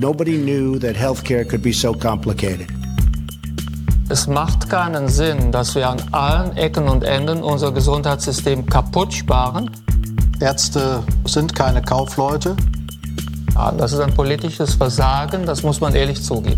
Nobody knew that healthcare could be so complicated. Es macht keinen Sinn, dass wir an allen Ecken und Enden unser Gesundheitssystem kaputt sparen. Ärzte sind keine Kaufleute. Ja, das ist ein politisches Versagen, das muss man ehrlich zugeben.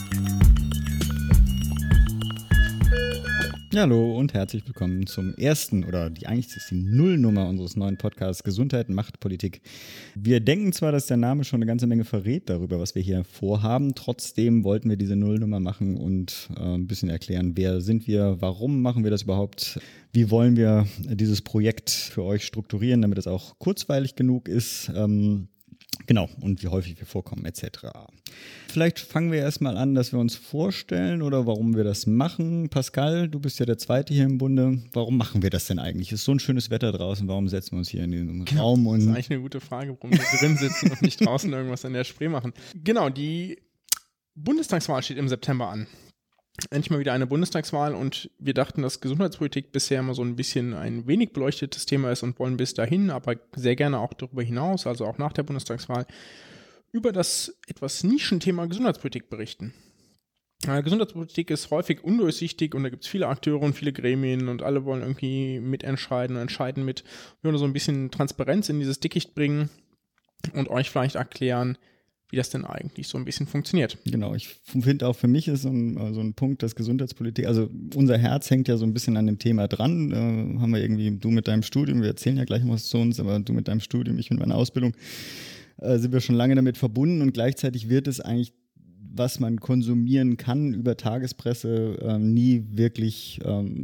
Ja, hallo und herzlich willkommen zum ersten, oder eigentlich ist die Nullnummer unseres neuen Podcasts Gesundheit, Macht, Politik. Wir denken zwar, dass der Name schon eine ganze Menge verrät darüber, was wir hier vorhaben. Trotzdem wollten wir diese Nullnummer machen und ein bisschen erklären, wer sind wir, warum machen wir das überhaupt, wie wollen wir dieses Projekt für euch strukturieren, damit es auch kurzweilig genug ist. Genau, und wie häufig wir vorkommen, etc. Vielleicht fangen wir erstmal an, dass wir uns vorstellen oder warum wir das machen. Pascal, du bist ja der Zweite hier im Bunde. Warum machen wir das denn eigentlich? Es ist so ein schönes Wetter draußen, warum setzen wir uns hier in den Raum? Das ist eigentlich eine gute Frage, warum wir drin sitzen und nicht draußen irgendwas an der Spree machen. Genau, die Bundestagswahl steht im September an. Endlich mal wieder eine Bundestagswahl und wir dachten, dass Gesundheitspolitik bisher immer so ein bisschen ein wenig beleuchtetes Thema ist und wollen bis dahin, aber sehr gerne auch darüber hinaus, also auch nach der Bundestagswahl, über das etwas Nischenthema Gesundheitspolitik berichten. Gesundheitspolitik ist häufig undurchsichtig und da gibt es viele Akteure und viele Gremien und alle wollen irgendwie mitentscheiden und entscheiden mit. Wir wollen so ein bisschen Transparenz in dieses Dickicht bringen und euch vielleicht erklären, wie das denn eigentlich so ein bisschen funktioniert. Genau, ich finde auch für mich ist so ein Punkt, dass Gesundheitspolitik, also unser Herz hängt ja so ein bisschen an dem Thema dran, haben wir irgendwie, du mit deinem Studium, wir erzählen ja gleich noch was zu uns, aber du mit deinem Studium, ich mit meiner Ausbildung, sind wir schon lange damit verbunden und gleichzeitig wird es eigentlich, was man konsumieren kann über Tagespresse, nie wirklich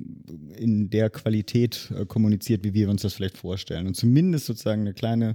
in der Qualität kommuniziert, wie wir uns das vielleicht vorstellen und zumindest sozusagen eine kleine,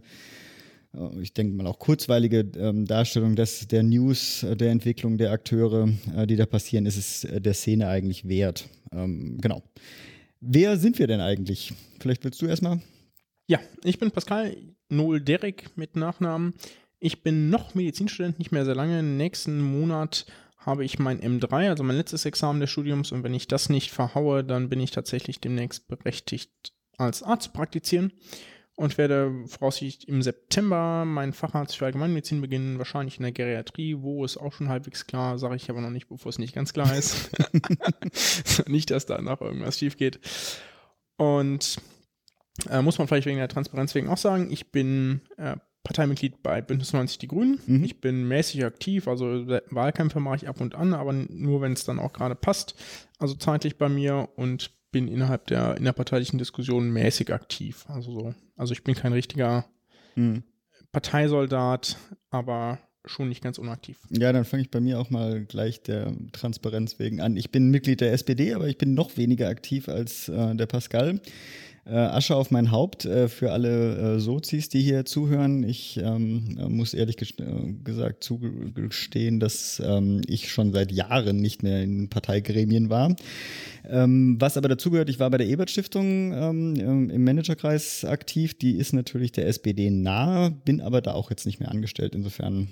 ich denke mal auch kurzweilige Darstellung der News, der Entwicklung der Akteure, die da passieren, ist es der Szene eigentlich wert. Genau. Wer sind wir denn eigentlich? Vielleicht willst du erstmal? Ja, ich bin Pascal Nohl-Derrick mit Nachnamen. Ich bin noch Medizinstudent, nicht mehr sehr lange. Nächsten Monat habe ich mein M3, also mein letztes Examen des Studiums. Und wenn ich das nicht verhaue, dann bin ich tatsächlich demnächst berechtigt, als Arzt zu praktizieren. Und werde voraussichtlich im September meinen Facharzt für Allgemeinmedizin beginnen, wahrscheinlich in der Geriatrie, wo es auch schon halbwegs klar, sage ich aber noch nicht, bevor es nicht ganz klar ist. Nicht, dass da noch irgendwas schief geht. Und muss man vielleicht wegen der Transparenz wegen auch sagen, ich bin Parteimitglied bei Bündnis 90 Die Grünen. Mhm. Ich bin mäßig aktiv, also Wahlkämpfe mache ich ab und an, aber nur, wenn es dann auch gerade passt, also zeitlich bei mir und bin innerhalb der innerparteilichen Diskussion mäßig aktiv. Also ich bin kein richtiger Parteisoldat, aber schon nicht ganz unaktiv. Ja, dann fange ich bei mir auch mal gleich der Transparenz wegen an. Ich bin Mitglied der SPD, aber ich bin noch weniger aktiv als der Pascal. Asche auf mein Haupt für alle Sozis, die hier zuhören. Ich muss ehrlich gesagt zugestehen, dass ich schon seit Jahren nicht mehr in Parteigremien war. Was aber dazugehört, ich war bei der Ebert-Stiftung im Managerkreis aktiv. Die ist natürlich der SPD nahe, bin aber da auch jetzt nicht mehr angestellt. Insofern,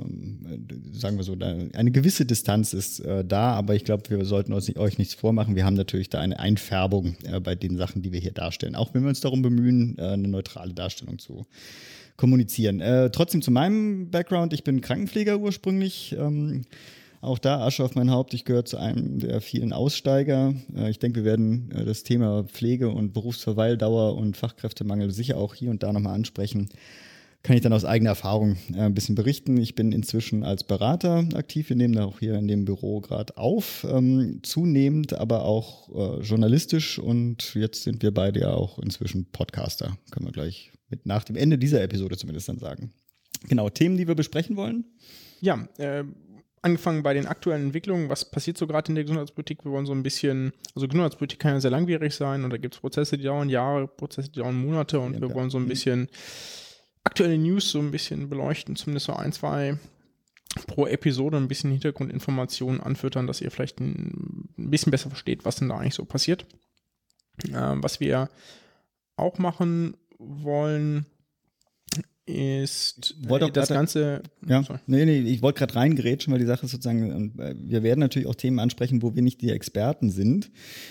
sagen wir so, eine gewisse Distanz ist da, aber ich glaube, wir sollten euch nichts vormachen. Wir haben natürlich da eine Einfärbung bei den Sachen, die wir hier darstellen. Auch wenn wir uns darum bemühen, eine neutrale Darstellung zu kommunizieren. Trotzdem zu meinem Background, ich bin Krankenpfleger ursprünglich. Auch da Asche auf mein Haupt, ich gehöre zu einem der vielen Aussteiger. Ich denke, wir werden das Thema Pflege und Berufsverweildauer und Fachkräftemangel sicher auch hier und da nochmal ansprechen. Kann ich dann aus eigener Erfahrung ein bisschen berichten. Ich bin inzwischen als Berater aktiv. Wir nehmen da auch hier in dem Büro gerade auf. Zunehmend, aber auch journalistisch. Und jetzt sind wir beide ja auch inzwischen Podcaster. Können wir gleich nach dem Ende dieser Episode zumindest dann sagen. Genau, Themen, die wir besprechen wollen? Ja, angefangen bei den aktuellen Entwicklungen. Was passiert so gerade in der Gesundheitspolitik? Wir wollen so ein bisschen, also Gesundheitspolitik kann ja sehr langwierig sein. Und da gibt es Prozesse, die dauern Jahre, Prozesse, die dauern Monate. Und wir wollen so ein bisschen aktuelle News so ein bisschen beleuchten, zumindest so 1, 2 pro Episode, ein bisschen Hintergrundinformationen anfüttern, dass ihr vielleicht ein bisschen besser versteht, was denn da eigentlich so passiert. Was wir auch machen wollen, ist das Ganze... Ja, ich wollte gerade reingrätschen, weil die Sache ist sozusagen, wir werden natürlich auch Themen ansprechen, wo wir nicht die Experten sind,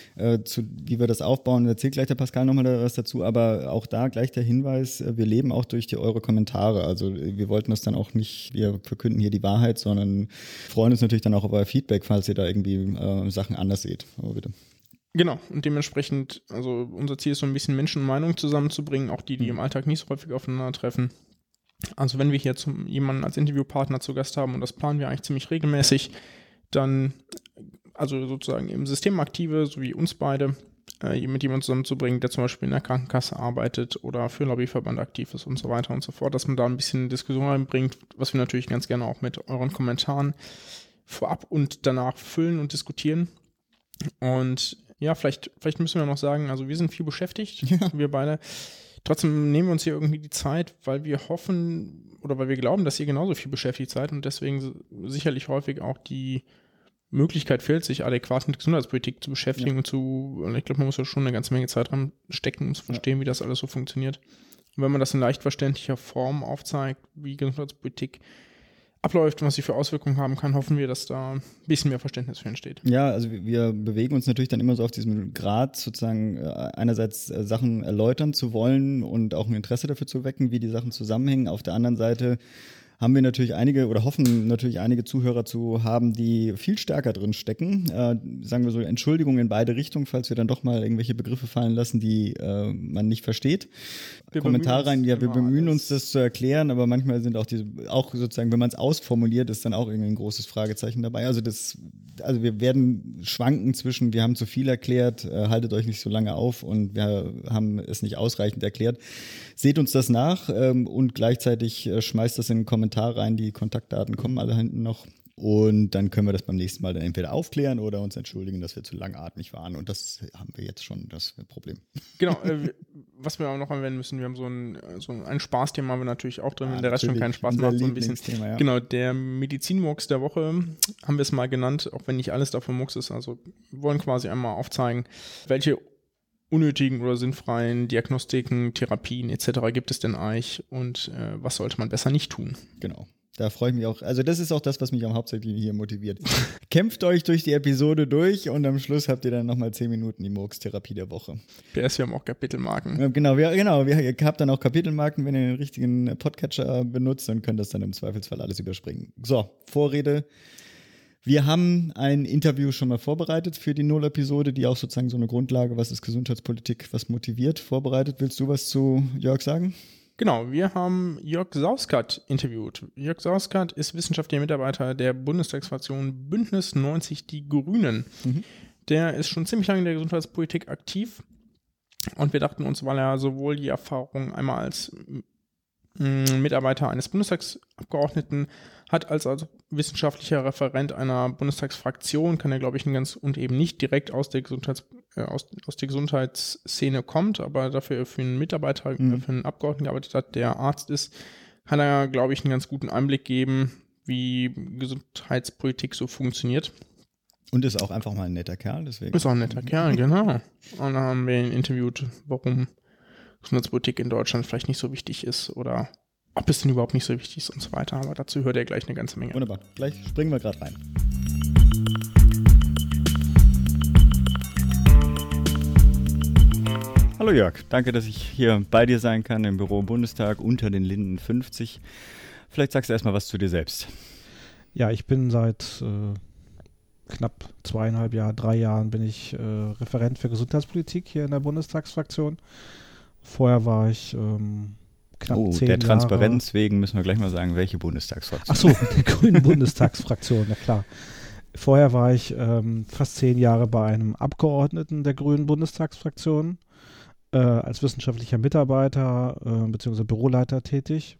wie wir das aufbauen, erzählt gleich der Pascal nochmal was dazu, aber auch da gleich der Hinweis, wir leben auch durch eure Kommentare, also wir wollten das dann auch nicht, wir verkünden hier die Wahrheit, sondern freuen uns natürlich dann auch auf euer Feedback, falls ihr da irgendwie Sachen anders seht. Aber bitte. Genau, und dementsprechend, also unser Ziel ist so ein bisschen Menschen und Meinungen zusammenzubringen, auch die im Alltag nicht so häufig aufeinandertreffen. Also wenn wir hier jemanden als Interviewpartner zu Gast haben, und das planen wir eigentlich ziemlich regelmäßig, dann, also sozusagen im System aktive, so wie uns beide, mit jemandem zusammenzubringen, der zum Beispiel in der Krankenkasse arbeitet oder für Lobbyverband aktiv ist und so weiter und so fort, dass man da ein bisschen Diskussion reinbringt, was wir natürlich ganz gerne auch mit euren Kommentaren vorab und danach füllen und diskutieren. Und ja, vielleicht müssen wir noch sagen, also wir sind viel beschäftigt, wir beide. Trotzdem nehmen wir uns hier irgendwie die Zeit, weil wir hoffen oder weil wir glauben, dass ihr genauso viel beschäftigt seid und deswegen sicherlich häufig auch die Möglichkeit fehlt, sich adäquat mit Gesundheitspolitik zu beschäftigen und ich glaube, man muss ja schon eine ganze Menge Zeit dran stecken, um zu verstehen, wie das alles so funktioniert. Und wenn man das in leicht verständlicher Form aufzeigt, wie Gesundheitspolitik abläuft und was sie für Auswirkungen haben kann, hoffen wir, dass da ein bisschen mehr Verständnis für entsteht. Ja, also wir bewegen uns natürlich dann immer so auf diesem Grad, sozusagen einerseits Sachen erläutern zu wollen und auch ein Interesse dafür zu wecken, wie die Sachen zusammenhängen. Auf der anderen Seite haben wir natürlich hoffen natürlich einige Zuhörer zu haben, die viel stärker drin stecken. Sagen wir so, Entschuldigung in beide Richtungen, falls wir dann doch mal irgendwelche Begriffe fallen lassen, die man nicht versteht. Kommentare rein, wir bemühen uns, das zu erklären, aber manchmal sind auch sozusagen, wenn man es ausformuliert, ist dann auch irgendwie ein großes Fragezeichen dabei. Also wir werden schwanken zwischen, wir haben zu viel erklärt, haltet euch nicht so lange auf und wir haben es nicht ausreichend erklärt. Seht uns das nach und gleichzeitig schmeißt das in den Kommentar rein, die Kontaktdaten kommen alle hinten noch. Und dann können wir das beim nächsten Mal dann entweder aufklären oder uns entschuldigen, dass wir zu langatmig waren. Und das haben wir jetzt schon, das Problem. Genau, was wir auch noch anwenden müssen, wir haben so ein Spaßthema haben wir natürlich auch drin, wenn der Rest schon keinen Spaß macht. So ein bisschen. Ja. Genau, der Medizinmurks der Woche haben wir es mal genannt, auch wenn nicht alles davon Murks ist. Also wir wollen quasi einmal aufzeigen, welche unnötigen oder sinnfreien Diagnostiken, Therapien etc. gibt es denn eigentlich und was sollte man besser nicht tun? Genau. Da freue ich mich auch. Also das ist auch das, was mich am hauptsächlich hier motiviert. Kämpft euch durch die Episode durch und am Schluss habt ihr dann nochmal 10 Minuten die Murks-Therapie der Woche. PS, wir haben auch Kapitelmarken. Genau, ihr habt dann auch Kapitelmarken, wenn ihr den richtigen Podcatcher benutzt und könnt das dann im Zweifelsfall alles überspringen. So, Vorrede. Wir haben ein Interview schon mal vorbereitet für die Null-Episode, die auch sozusagen so eine Grundlage, was ist Gesundheitspolitik, was motiviert, vorbereitet. Willst du was zu Jörg sagen? Genau, wir haben Jörg Sauskart interviewt. Jörg Sauskart ist wissenschaftlicher Mitarbeiter der Bundestagsfraktion Bündnis 90 Die Grünen. Der ist schon ziemlich lange in der Gesundheitspolitik aktiv und wir dachten uns, weil er sowohl die Erfahrung einmal als Mitarbeiter eines Bundestagsabgeordneten hat, als wissenschaftlicher Referent einer Bundestagsfraktion, kann er, glaube ich, und eben nicht direkt aus der Gesundheitsszene kommt, aber dafür für einen Mitarbeiter, für einen Abgeordneten gearbeitet hat, der Arzt ist, kann er, glaube ich, einen ganz guten Einblick geben, wie Gesundheitspolitik so funktioniert. Und ist auch einfach mal ein netter Kerl, deswegen. Ist auch ein netter Kerl, genau. Und dann haben wir ihn interviewt, warum Gesundheitspolitik in Deutschland vielleicht nicht so wichtig ist oder ob es denn überhaupt nicht so wichtig ist und so weiter. Aber dazu hört er gleich eine ganze Menge. Wunderbar. Gleich springen wir gerade rein. Hallo Jörg, danke, dass ich hier bei dir sein kann im Büro im Bundestag unter den Linden 50. Vielleicht sagst du erstmal was zu dir selbst. Ja, ich bin seit knapp 2,5 Jahren, 3 Jahren bin ich Referent für Gesundheitspolitik hier in der Bundestagsfraktion. Vorher war ich knapp 10 Jahre. Der Transparenz wegen müssen wir gleich mal sagen, welche Bundestagsfraktion. Ach so, der grünen Bundestagsfraktion, na klar. Vorher war ich fast 10 Jahre bei einem Abgeordneten der grünen Bundestagsfraktion als wissenschaftlicher Mitarbeiter bzw. Büroleiter tätig.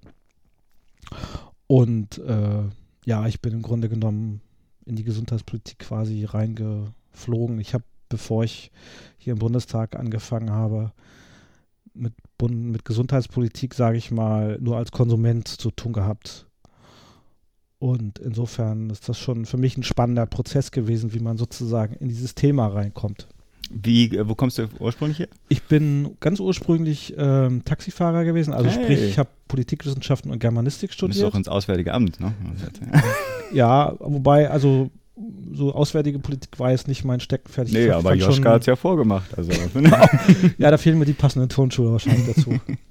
Und ja, ich bin im Grunde genommen in die Gesundheitspolitik quasi reingeflogen. Ich habe, bevor ich hier im Bundestag angefangen habe, mit Gesundheitspolitik, sage ich mal, nur als Konsument zu tun gehabt. Und insofern ist das schon für mich ein spannender Prozess gewesen, wie man sozusagen in dieses Thema reinkommt. Wo kommst du ursprünglich her? Ich bin ganz ursprünglich Taxifahrer gewesen, also sprich, ich habe Politikwissenschaften und Germanistik studiert. Du bist auch ins Auswärtige Amt, ne? Ja, wobei, also so auswärtige Politik war jetzt nicht mein Steckenpferd. Nee, aber Joschka hat es ja vorgemacht. Also. Ja, da fehlen mir die passenden Turnschuhe wahrscheinlich dazu.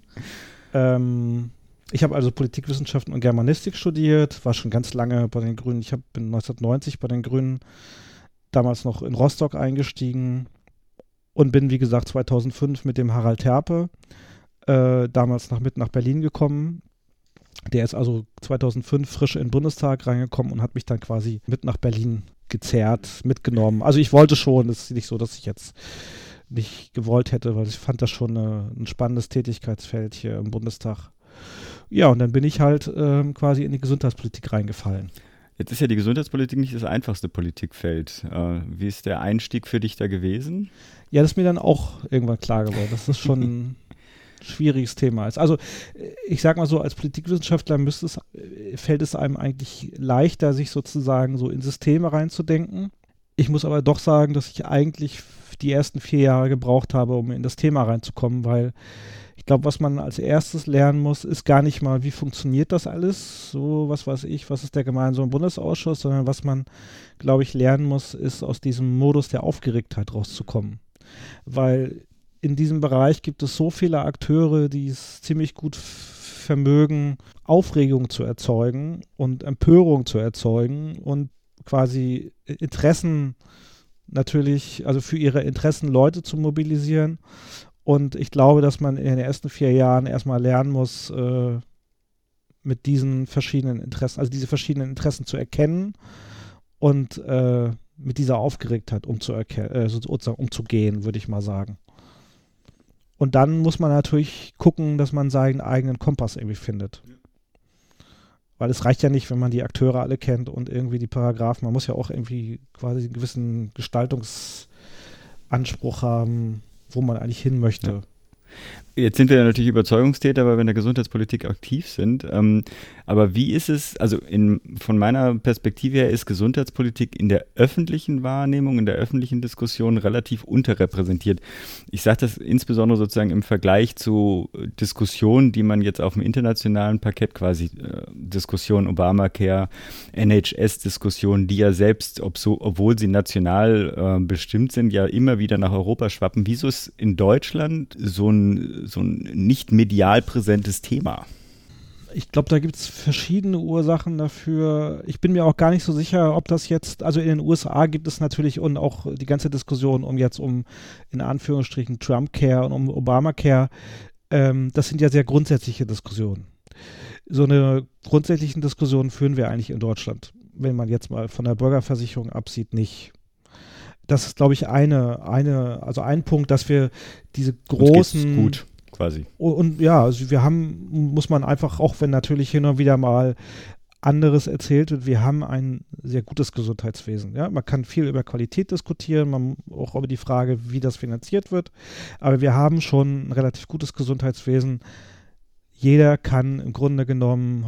Ich habe also Politikwissenschaften und Germanistik studiert, war schon ganz lange bei den Grünen. Bin 1990 bei den Grünen damals noch in Rostock eingestiegen und bin, wie gesagt, 2005 mit dem Harald Terpe damals mit nach Berlin gekommen. Der ist also 2005 frisch in den Bundestag reingekommen und hat mich dann quasi mit nach Berlin gezerrt, mitgenommen. Also ich wollte schon, es ist nicht so, dass ich jetzt nicht gewollt hätte, weil ich fand das schon ein spannendes Tätigkeitsfeld hier im Bundestag. Ja, und dann bin ich halt quasi in die Gesundheitspolitik reingefallen. Jetzt ist ja die Gesundheitspolitik nicht das einfachste Politikfeld. Wie ist der Einstieg für dich da gewesen? Ja, das ist mir dann auch irgendwann klar geworden, dass das schon ein schwieriges Thema ist. Also ich sag mal so, als Politikwissenschaftler fällt es einem eigentlich leichter, sich sozusagen so in Systeme reinzudenken. Ich muss aber doch sagen, dass ich eigentlich die ersten 4 Jahre gebraucht habe, um in das Thema reinzukommen, weil ich glaube, was man als erstes lernen muss, ist gar nicht mal, wie funktioniert das alles, so was weiß ich, was ist der gemeinsame Bundesausschuss, sondern was man, glaube ich, lernen muss, ist aus diesem Modus der Aufgeregtheit rauszukommen. Weil in diesem Bereich gibt es so viele Akteure, die es ziemlich gut vermögen, Aufregung zu erzeugen und Empörung zu erzeugen und quasi Interessen natürlich, also für ihre Interessen Leute zu mobilisieren. Und ich glaube, dass man in den ersten 4 Jahren erstmal lernen muss, mit diesen verschiedenen Interessen, also diese verschiedenen Interessen zu erkennen und mit dieser Aufgeregtheit umzugehen, würde ich mal sagen. Und dann muss man natürlich gucken, dass man seinen eigenen Kompass irgendwie findet. Ja. Weil es reicht ja nicht, wenn man die Akteure alle kennt und irgendwie die Paragraphen. Man muss ja auch irgendwie quasi einen gewissen Gestaltungsanspruch haben, wo man eigentlich hin möchte. Ja. Jetzt sind wir ja natürlich Überzeugungstäter, weil wir in der Gesundheitspolitik aktiv sind. Aber wie ist es, also von meiner Perspektive her ist Gesundheitspolitik in der öffentlichen Wahrnehmung, in der öffentlichen Diskussion relativ unterrepräsentiert. Ich sage das insbesondere sozusagen im Vergleich zu Diskussionen, die man jetzt auf dem internationalen Parkett quasi, Diskussionen Obamacare, NHS-Diskussionen, die ja selbst, obwohl sie national bestimmt sind, ja immer wieder nach Europa schwappen. Wieso ist in Deutschland so ein nicht medial präsentes Thema? Ich glaube, da gibt es verschiedene Ursachen dafür. Ich bin mir auch gar nicht so sicher, ob das jetzt, also in den USA gibt es natürlich und auch die ganze Diskussion um in Anführungsstrichen Trumpcare und um Obamacare, das sind ja sehr grundsätzliche Diskussionen. So eine grundsätzlichen Diskussion führen wir eigentlich in Deutschland, wenn man jetzt mal von der Bürgerversicherung absieht, nicht. Das ist, glaube ich, also ein Punkt, dass wir diese großen. Uns geht's gut, quasi. Und ja, also muss man einfach, auch wenn natürlich hin und wieder mal anderes erzählt wird, wir haben ein sehr gutes Gesundheitswesen. Ja? Man kann viel über Qualität diskutieren, auch über die Frage, wie das finanziert wird, aber wir haben schon ein relativ gutes Gesundheitswesen. Jeder kann im Grunde genommen,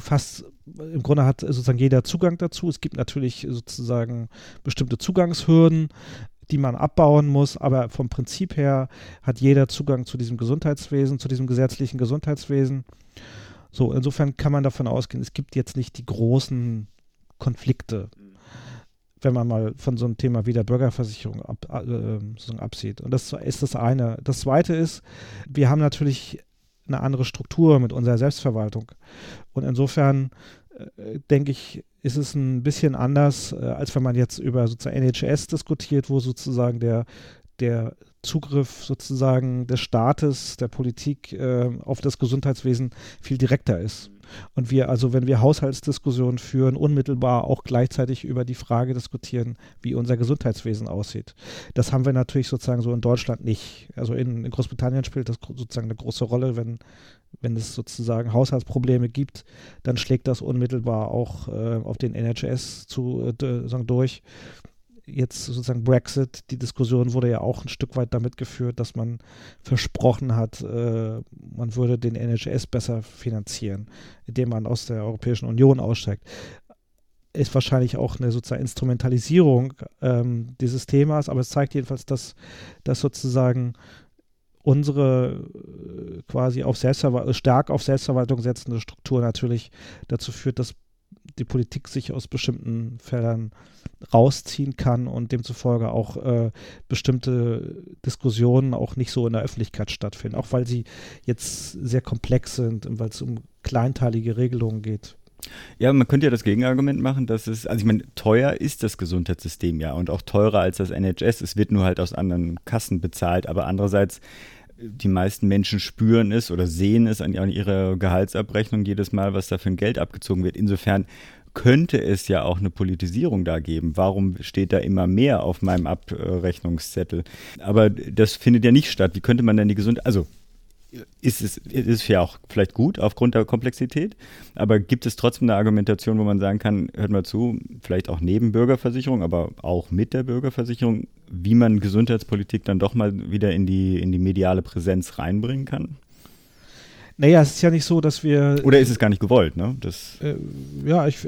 im Grunde hat sozusagen jeder Zugang dazu. Es gibt natürlich sozusagen bestimmte Zugangshürden, die man abbauen muss, aber vom Prinzip her hat jeder Zugang zu diesem Gesundheitswesen, zu diesem gesetzlichen Gesundheitswesen. So, insofern kann man davon ausgehen, es gibt jetzt nicht die großen Konflikte, wenn man mal von so einem Thema wie der Bürgerversicherung absieht. Und das ist das eine. Das zweite ist, wir haben natürlich eine andere Struktur mit unserer Selbstverwaltung. Und insofern denke ich, ist es ein bisschen anders, als wenn man jetzt über sozusagen NHS diskutiert, wo sozusagen der Zugriff sozusagen des Staates, der Politik auf das Gesundheitswesen viel direkter ist. Und wir also, wenn wir Haushaltsdiskussionen führen, unmittelbar auch gleichzeitig über die Frage diskutieren, wie unser Gesundheitswesen aussieht. Das haben wir natürlich sozusagen so in Deutschland nicht. Also in Großbritannien spielt das sozusagen eine große Rolle, wenn es sozusagen Haushaltsprobleme gibt, dann schlägt das unmittelbar auch auf den NHS durch. Jetzt sozusagen Brexit, die Diskussion wurde ja auch ein Stück weit damit geführt, dass man versprochen hat, man würde den NHS besser finanzieren, indem man aus der Europäischen Union aussteigt. ist wahrscheinlich auch eine sozusagen Instrumentalisierung dieses Themas, aber es zeigt jedenfalls, dass sozusagen unsere quasi stark auf Selbstverwaltung setzende Struktur natürlich dazu führt, dass die Politik sich aus bestimmten Feldern rausziehen kann und demzufolge auch bestimmte Diskussionen auch nicht so in der Öffentlichkeit stattfinden, auch weil sie jetzt sehr komplex sind und weil es um kleinteilige Regelungen geht. Ja, man könnte ja das Gegenargument machen, dass ich meine, teuer ist das Gesundheitssystem ja und auch teurer als das NHS. Es wird nur halt aus anderen Kassen bezahlt, aber andererseits, die meisten Menschen spüren es oder sehen es an ihrer Gehaltsabrechnung jedes Mal, was da für ein Geld abgezogen wird. Insofern könnte es ja auch eine Politisierung da geben. Warum steht da immer mehr auf meinem Abrechnungszettel? Aber das findet ja nicht statt. Wie könnte man denn die Gesundheit, also ist ja auch vielleicht gut aufgrund der Komplexität, aber gibt es trotzdem eine Argumentation, wo man sagen kann, hört mal zu, vielleicht auch neben Bürgerversicherung, aber auch mit der Bürgerversicherung, wie man Gesundheitspolitik dann doch mal wieder in die mediale Präsenz reinbringen kann? Naja, es ist ja nicht so, dass wir... Oder ist es gar nicht gewollt, ne? Ja, ich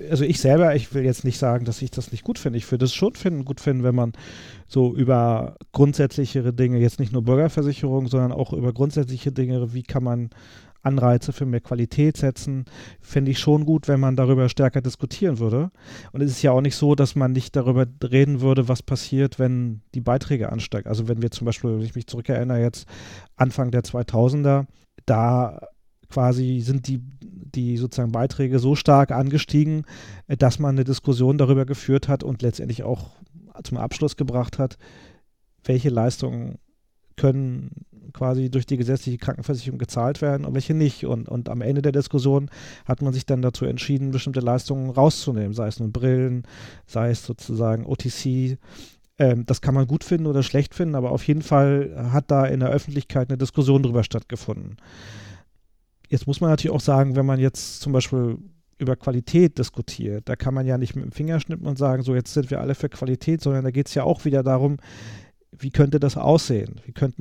will jetzt nicht sagen, dass ich das nicht gut finde. Ich würde es schon gut finden, wenn man so über grundsätzlichere Dinge, jetzt nicht nur Bürgerversicherung, sondern auch über grundsätzliche Dinge, wie kann man Anreize für mehr Qualität setzen, fände ich schon gut, wenn man darüber stärker diskutieren würde. Und es ist ja auch nicht so, dass man nicht darüber reden würde, was passiert, wenn die Beiträge ansteigen. Also wenn wir zum Beispiel, wenn ich mich zurückerinnere, jetzt Anfang der 2000er, da quasi sind die sozusagen Beiträge so stark angestiegen, dass man eine Diskussion darüber geführt hat und letztendlich auch zum Abschluss gebracht hat, welche Leistungen können quasi durch die gesetzliche Krankenversicherung gezahlt werden und welche nicht. Und am Ende der Diskussion hat man sich dann dazu entschieden, bestimmte Leistungen rauszunehmen, sei es nun Brillen, sei es sozusagen OTC. Das kann man gut finden oder schlecht finden, aber auf jeden Fall hat da in der Öffentlichkeit eine Diskussion drüber stattgefunden. Jetzt muss man natürlich auch sagen, wenn man jetzt zum Beispiel über Qualität diskutiert, da kann man ja nicht mit dem Finger schnippen und sagen, so jetzt sind wir alle für Qualität, sondern da geht es ja auch wieder darum, wie könnte das aussehen? Wie könnten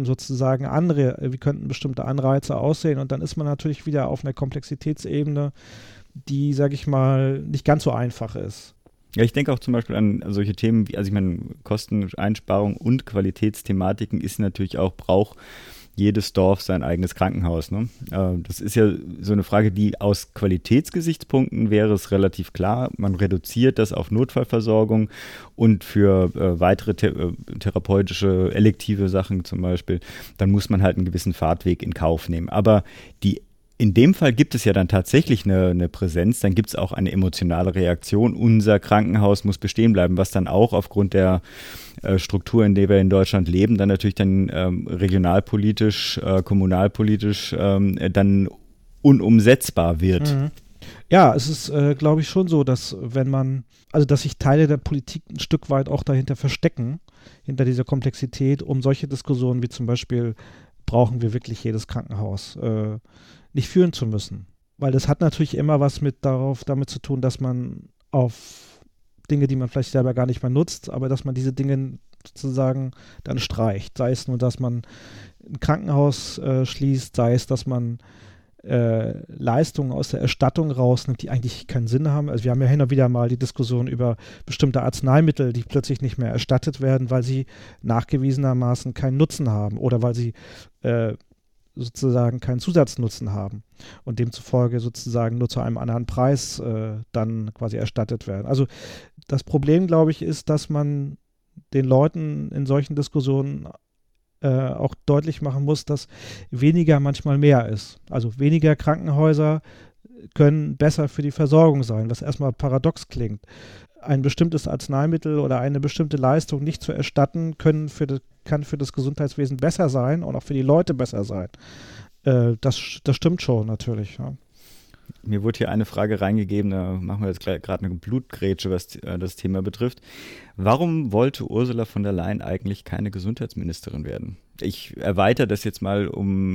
bestimmte Anreize aussehen? Und dann ist man natürlich wieder auf einer Komplexitätsebene, die, sage ich mal, nicht ganz so einfach ist. Ja, ich denke auch zum Beispiel an solche Themen wie, also ich meine, Kosteneinsparung und Qualitätsthematiken ist natürlich auch, braucht jedes Dorf sein eigenes Krankenhaus, ne? Das ist ja so eine Frage, die aus Qualitätsgesichtspunkten wäre es relativ klar, man reduziert das auf Notfallversorgung und für weitere therapeutische, elektive Sachen zum Beispiel, dann muss man halt einen gewissen Fahrtweg in Kauf nehmen. Aber in dem Fall gibt es ja dann tatsächlich eine Präsenz, dann gibt es auch eine emotionale Reaktion. Unser Krankenhaus muss bestehen bleiben, was dann auch aufgrund der Struktur, in der wir in Deutschland leben, dann natürlich dann regionalpolitisch, kommunalpolitisch dann unumsetzbar wird. Mhm. Ja, es ist, glaube ich, schon so, dass dass sich Teile der Politik ein Stück weit auch dahinter verstecken, hinter dieser Komplexität, um solche Diskussionen wie zum Beispiel, brauchen wir wirklich jedes Krankenhaus, nicht führen zu müssen. Weil das hat natürlich immer was damit zu tun, dass man auf Dinge, die man vielleicht selber gar nicht mehr nutzt, aber dass man diese Dinge sozusagen dann streicht. Sei es nur, dass man ein Krankenhaus schließt, sei es, dass man Leistungen aus der Erstattung rausnimmt, die eigentlich keinen Sinn haben. Also wir haben ja hin und wieder mal die Diskussion über bestimmte Arzneimittel, die plötzlich nicht mehr erstattet werden, weil sie nachgewiesenermaßen keinen Nutzen haben oder weil sie sozusagen keinen Zusatznutzen haben und demzufolge sozusagen nur zu einem anderen Preis dann quasi erstattet werden. Also das Problem, glaube ich, ist, dass man den Leuten in solchen Diskussionen auch deutlich machen muss, dass weniger manchmal mehr ist. Also weniger Krankenhäuser können besser für die Versorgung sein, was erstmal paradox klingt. Ein bestimmtes Arzneimittel oder eine bestimmte Leistung nicht zu erstatten, kann für das Gesundheitswesen besser sein und auch für die Leute besser sein. Das stimmt schon natürlich. Ja. Mir wurde hier eine Frage reingegeben, da machen wir jetzt gerade eine Blutgrätsche, was das Thema betrifft. Warum wollte Ursula von der Leyen eigentlich keine Gesundheitsministerin werden? Ich erweitere das jetzt mal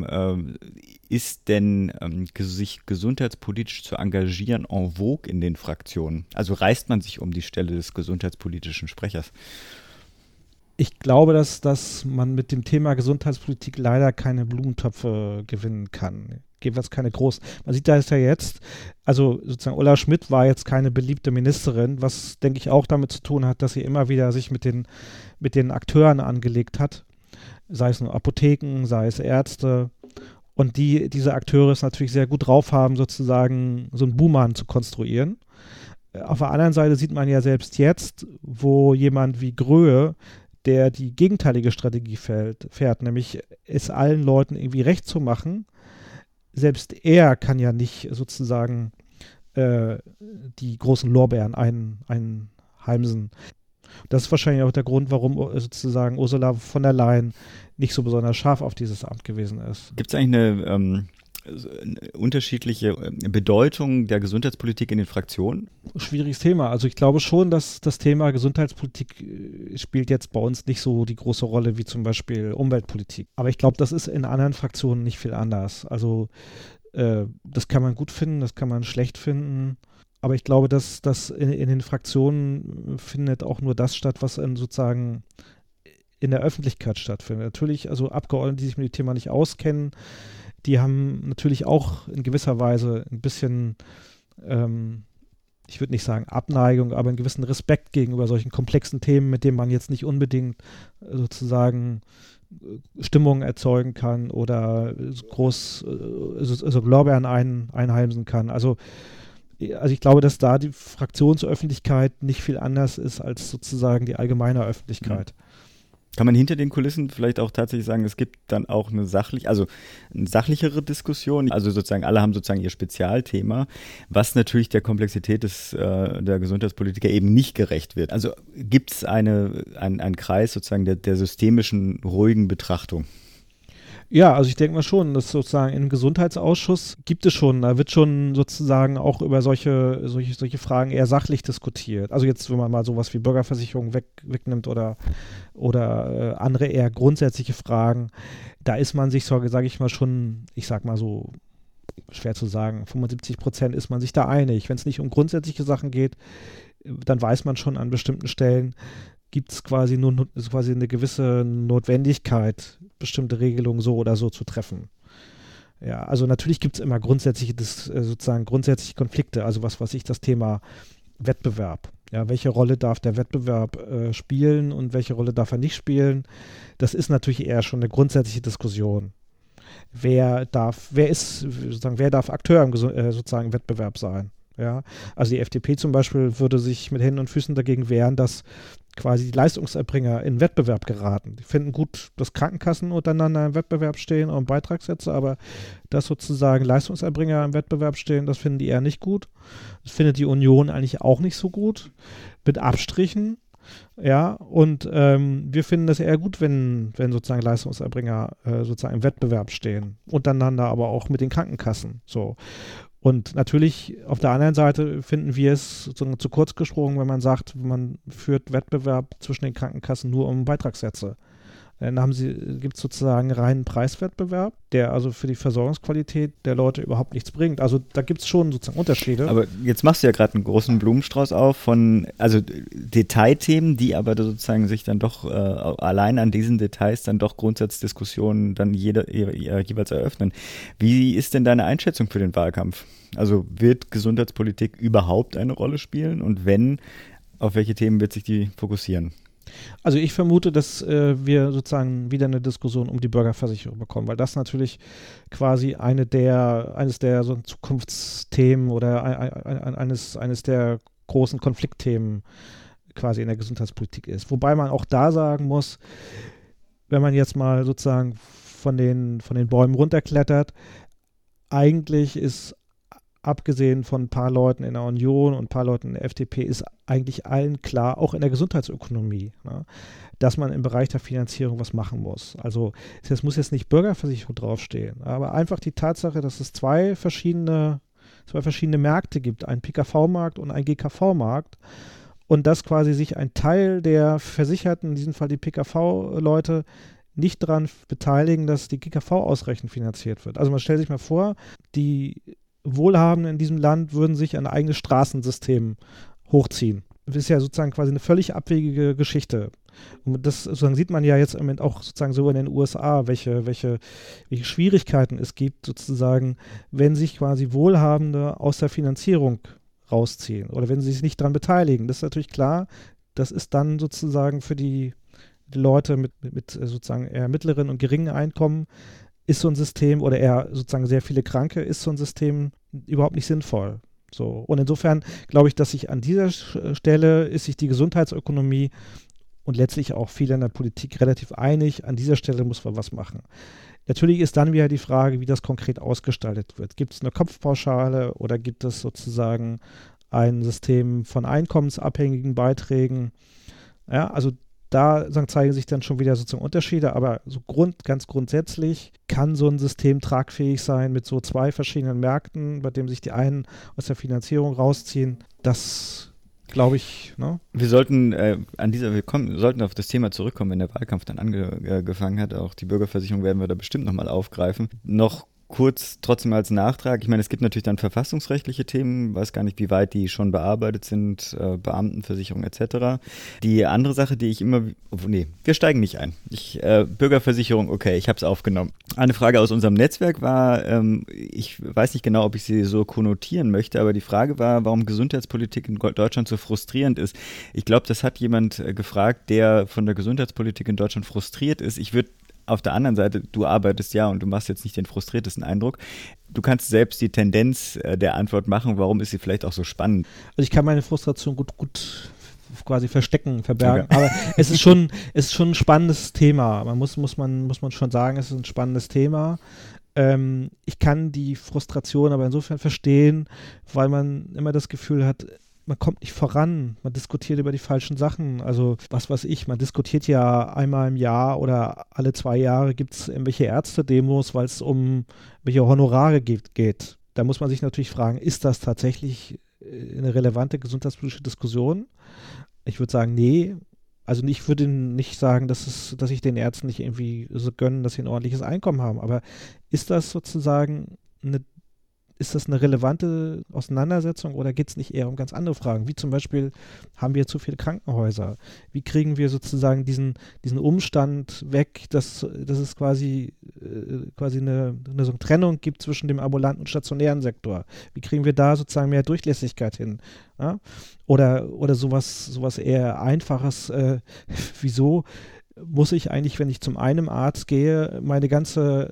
ist denn sich gesundheitspolitisch zu engagieren en vogue in den Fraktionen? Also reißt man sich um die Stelle des gesundheitspolitischen Sprechers? Ich glaube, dass man mit dem Thema Gesundheitspolitik leider keine Blumentöpfe gewinnen kann. Jedenfalls keine großen. Man sieht da ist ja jetzt, also sozusagen Ulla Schmidt war jetzt keine beliebte Ministerin, was denke ich auch damit zu tun hat, dass sie immer wieder sich mit den Akteuren angelegt hat, sei es nur Apotheken, sei es Ärzte, und diese Akteure es natürlich sehr gut drauf haben, sozusagen so einen Buhmann zu konstruieren. Auf der anderen Seite sieht man ja selbst jetzt, wo jemand wie Gröhe, der die gegenteilige Strategie fährt, nämlich es allen Leuten irgendwie recht zu machen, selbst er kann ja nicht sozusagen die großen Lorbeeren einheimsen. Das ist wahrscheinlich auch der Grund, warum sozusagen Ursula von der Leyen nicht so besonders scharf auf dieses Amt gewesen ist. Gibt es eigentlich eine unterschiedliche Bedeutung der Gesundheitspolitik in den Fraktionen? Schwieriges Thema. Also ich glaube schon, dass das Thema Gesundheitspolitik spielt jetzt bei uns nicht so die große Rolle wie zum Beispiel Umweltpolitik. Aber ich glaube, das ist in anderen Fraktionen nicht viel anders. Also das kann man gut finden, das kann man schlecht finden. Aber ich glaube, dass das in den Fraktionen findet auch nur das statt, was sozusagen in der Öffentlichkeit stattfindet. Natürlich, also Abgeordnete, die sich mit dem Thema nicht auskennen, die haben natürlich auch in gewisser Weise ein bisschen, ich würde nicht sagen Abneigung, aber einen gewissen Respekt gegenüber solchen komplexen Themen, mit denen man jetzt nicht unbedingt sozusagen Stimmung erzeugen kann oder groß Lorbeeren einheimsen kann. Also ich glaube, dass da die Fraktionsöffentlichkeit nicht viel anders ist als sozusagen die allgemeine Öffentlichkeit. Kann man hinter den Kulissen vielleicht auch tatsächlich sagen, es gibt dann auch eine sachlichere Diskussion, also sozusagen alle haben sozusagen ihr Spezialthema, was natürlich der Komplexität der Gesundheitspolitiker eben nicht gerecht wird. Also gibt es einen Kreis sozusagen der systemischen, ruhigen Betrachtung? Ja, also ich denke mal schon, dass sozusagen im Gesundheitsausschuss gibt es schon, da wird schon sozusagen auch über solche Fragen eher sachlich diskutiert. Also jetzt, wenn man mal sowas wie Bürgerversicherung wegnimmt oder andere eher grundsätzliche Fragen, da ist man sich, sage ich mal schon, ich sag mal so, schwer zu sagen, 75% ist man sich da einig. Wenn es nicht um grundsätzliche Sachen geht, dann weiß man schon an bestimmten Stellen, gibt es quasi eine gewisse Notwendigkeit, bestimmte Regelungen so oder so zu treffen. Ja, also natürlich gibt es immer grundsätzliche Konflikte, also was weiß ich, das Thema Wettbewerb. Ja, welche Rolle darf der Wettbewerb spielen und welche Rolle darf er nicht spielen? Das ist natürlich eher schon eine grundsätzliche Diskussion. Wer darf Akteur im sozusagen Wettbewerb sein? Ja, also die FDP zum Beispiel würde sich mit Händen und Füßen dagegen wehren, dass quasi die Leistungserbringer in Wettbewerb geraten. Die finden gut, dass Krankenkassen untereinander im Wettbewerb stehen und Beitragssätze, aber dass sozusagen Leistungserbringer im Wettbewerb stehen, das finden die eher nicht gut. Das findet die Union eigentlich auch nicht so gut, mit Abstrichen. Ja, und wir finden es eher gut, wenn sozusagen Leistungserbringer sozusagen im Wettbewerb stehen, untereinander, aber auch mit den Krankenkassen. So. Und natürlich auf der anderen Seite finden wir es sozusagen zu kurz gesprungen, wenn man sagt, man führt Wettbewerb zwischen den Krankenkassen nur um Beitragssätze. Dann gibt es sozusagen reinen Preiswettbewerb, der also für die Versorgungsqualität der Leute überhaupt nichts bringt. Also da gibt es schon sozusagen Unterschiede. Aber jetzt machst du ja gerade einen großen Blumenstrauß auf von Detailthemen, die aber sozusagen sich dann doch allein an diesen Details dann doch Grundsatzdiskussionen dann jeweils eröffnen. Wie ist denn deine Einschätzung für den Wahlkampf? Also wird Gesundheitspolitik überhaupt eine Rolle spielen? Und wenn, auf welche Themen wird sich die fokussieren? Also ich vermute, dass wir sozusagen wieder eine Diskussion um die Bürgerversicherung bekommen, weil das natürlich quasi eines der so Zukunftsthemen oder eines der großen Konfliktthemen quasi in der Gesundheitspolitik ist. Wobei man auch da sagen muss, wenn man jetzt mal sozusagen von den Bäumen runterklettert, eigentlich ist abgesehen von ein paar Leuten in der Union und ein paar Leuten in der FDP, ist eigentlich allen klar, auch in der Gesundheitsökonomie, ne, dass man im Bereich der Finanzierung was machen muss. Also es muss jetzt nicht Bürgerversicherung draufstehen, aber einfach die Tatsache, dass es zwei verschiedene Märkte gibt, einen PKV-Markt und einen GKV-Markt, und dass quasi sich ein Teil der Versicherten, in diesem Fall die PKV-Leute, nicht daran beteiligen, dass die GKV ausreichend finanziert wird. Also man stellt sich mal vor, die Wohlhabenden in diesem Land würden sich ein eigenes Straßensystem hochziehen. Das ist ja sozusagen quasi eine völlig abwegige Geschichte. Und das sozusagen sieht man ja jetzt im Moment auch sozusagen so in den USA, welche Schwierigkeiten es gibt, sozusagen, wenn sich quasi Wohlhabende aus der Finanzierung rausziehen oder wenn sie sich nicht daran beteiligen. Das ist natürlich klar, das ist dann sozusagen für die Leute mit sozusagen eher mittleren und geringen Einkommen ist so ein System oder eher sozusagen sehr viele Kranke, ist so ein System überhaupt nicht sinnvoll. So. Und insofern glaube ich, dass sich an dieser Stelle ist sich die Gesundheitsökonomie und letztlich auch viele in der Politik relativ einig, an dieser Stelle muss man was machen. Natürlich ist dann wieder die Frage, wie das konkret ausgestaltet wird. Gibt es eine Kopfpauschale oder gibt es sozusagen ein System von einkommensabhängigen Beiträgen? Ja, also da zeigen sich dann schon wieder sozusagen Unterschiede, aber so ganz grundsätzlich kann so ein System tragfähig sein mit so 2 verschiedenen Märkten, bei dem sich die einen aus der Finanzierung rausziehen. Das glaube ich, ne? Wir sollten sollten auf das Thema zurückkommen, wenn der Wahlkampf dann angefangen hat. Auch die Bürgerversicherung werden wir da bestimmt nochmal aufgreifen. Noch kurz trotzdem als Nachtrag, ich meine, es gibt natürlich dann verfassungsrechtliche Themen, weiß gar nicht, wie weit die schon bearbeitet sind, Beamtenversicherung etc. Die andere Sache, die ich wir steigen nicht ein. Bürgerversicherung, okay, ich habe es aufgenommen. Eine Frage aus unserem Netzwerk war, ich weiß nicht genau, ob ich sie so konnotieren möchte, aber die Frage war, warum Gesundheitspolitik in Deutschland so frustrierend ist. Ich glaube, das hat jemand gefragt, der von der Gesundheitspolitik in Deutschland frustriert ist. Ich würde auf der anderen Seite, du arbeitest ja und du machst jetzt nicht den frustriertesten Eindruck. Du kannst selbst die Tendenz der Antwort machen. Warum ist sie vielleicht auch so spannend? Also ich kann meine Frustration gut quasi verbergen. Okay. Aber es ist schon ein spannendes Thema. Muss man schon sagen, es ist ein spannendes Thema. Ich kann die Frustration aber insofern verstehen, weil man immer das Gefühl hat, man kommt nicht voran, man diskutiert über die falschen Sachen, also was weiß ich, man diskutiert ja einmal im Jahr oder alle 2 Jahre gibt es irgendwelche Ärzte-Demos, weil es um welche Honorare geht. Da muss man sich natürlich fragen, ist das tatsächlich eine relevante gesundheitspolitische Diskussion? Ich würde sagen, nee. Also ich würde nicht sagen, dass ich den Ärzten nicht irgendwie so gönnen, dass sie ein ordentliches Einkommen haben, aber ist das sozusagen ist das eine relevante Auseinandersetzung oder geht es nicht eher um ganz andere Fragen? Wie zum Beispiel, haben wir zu viele Krankenhäuser? Wie kriegen wir sozusagen diesen Umstand weg, dass es quasi eine so eine Trennung gibt zwischen dem ambulanten und stationären Sektor? Wie kriegen wir da sozusagen mehr Durchlässigkeit hin? Ja? Oder sowas eher Einfaches, wieso muss ich eigentlich, wenn ich zum einen Arzt gehe, meine ganzen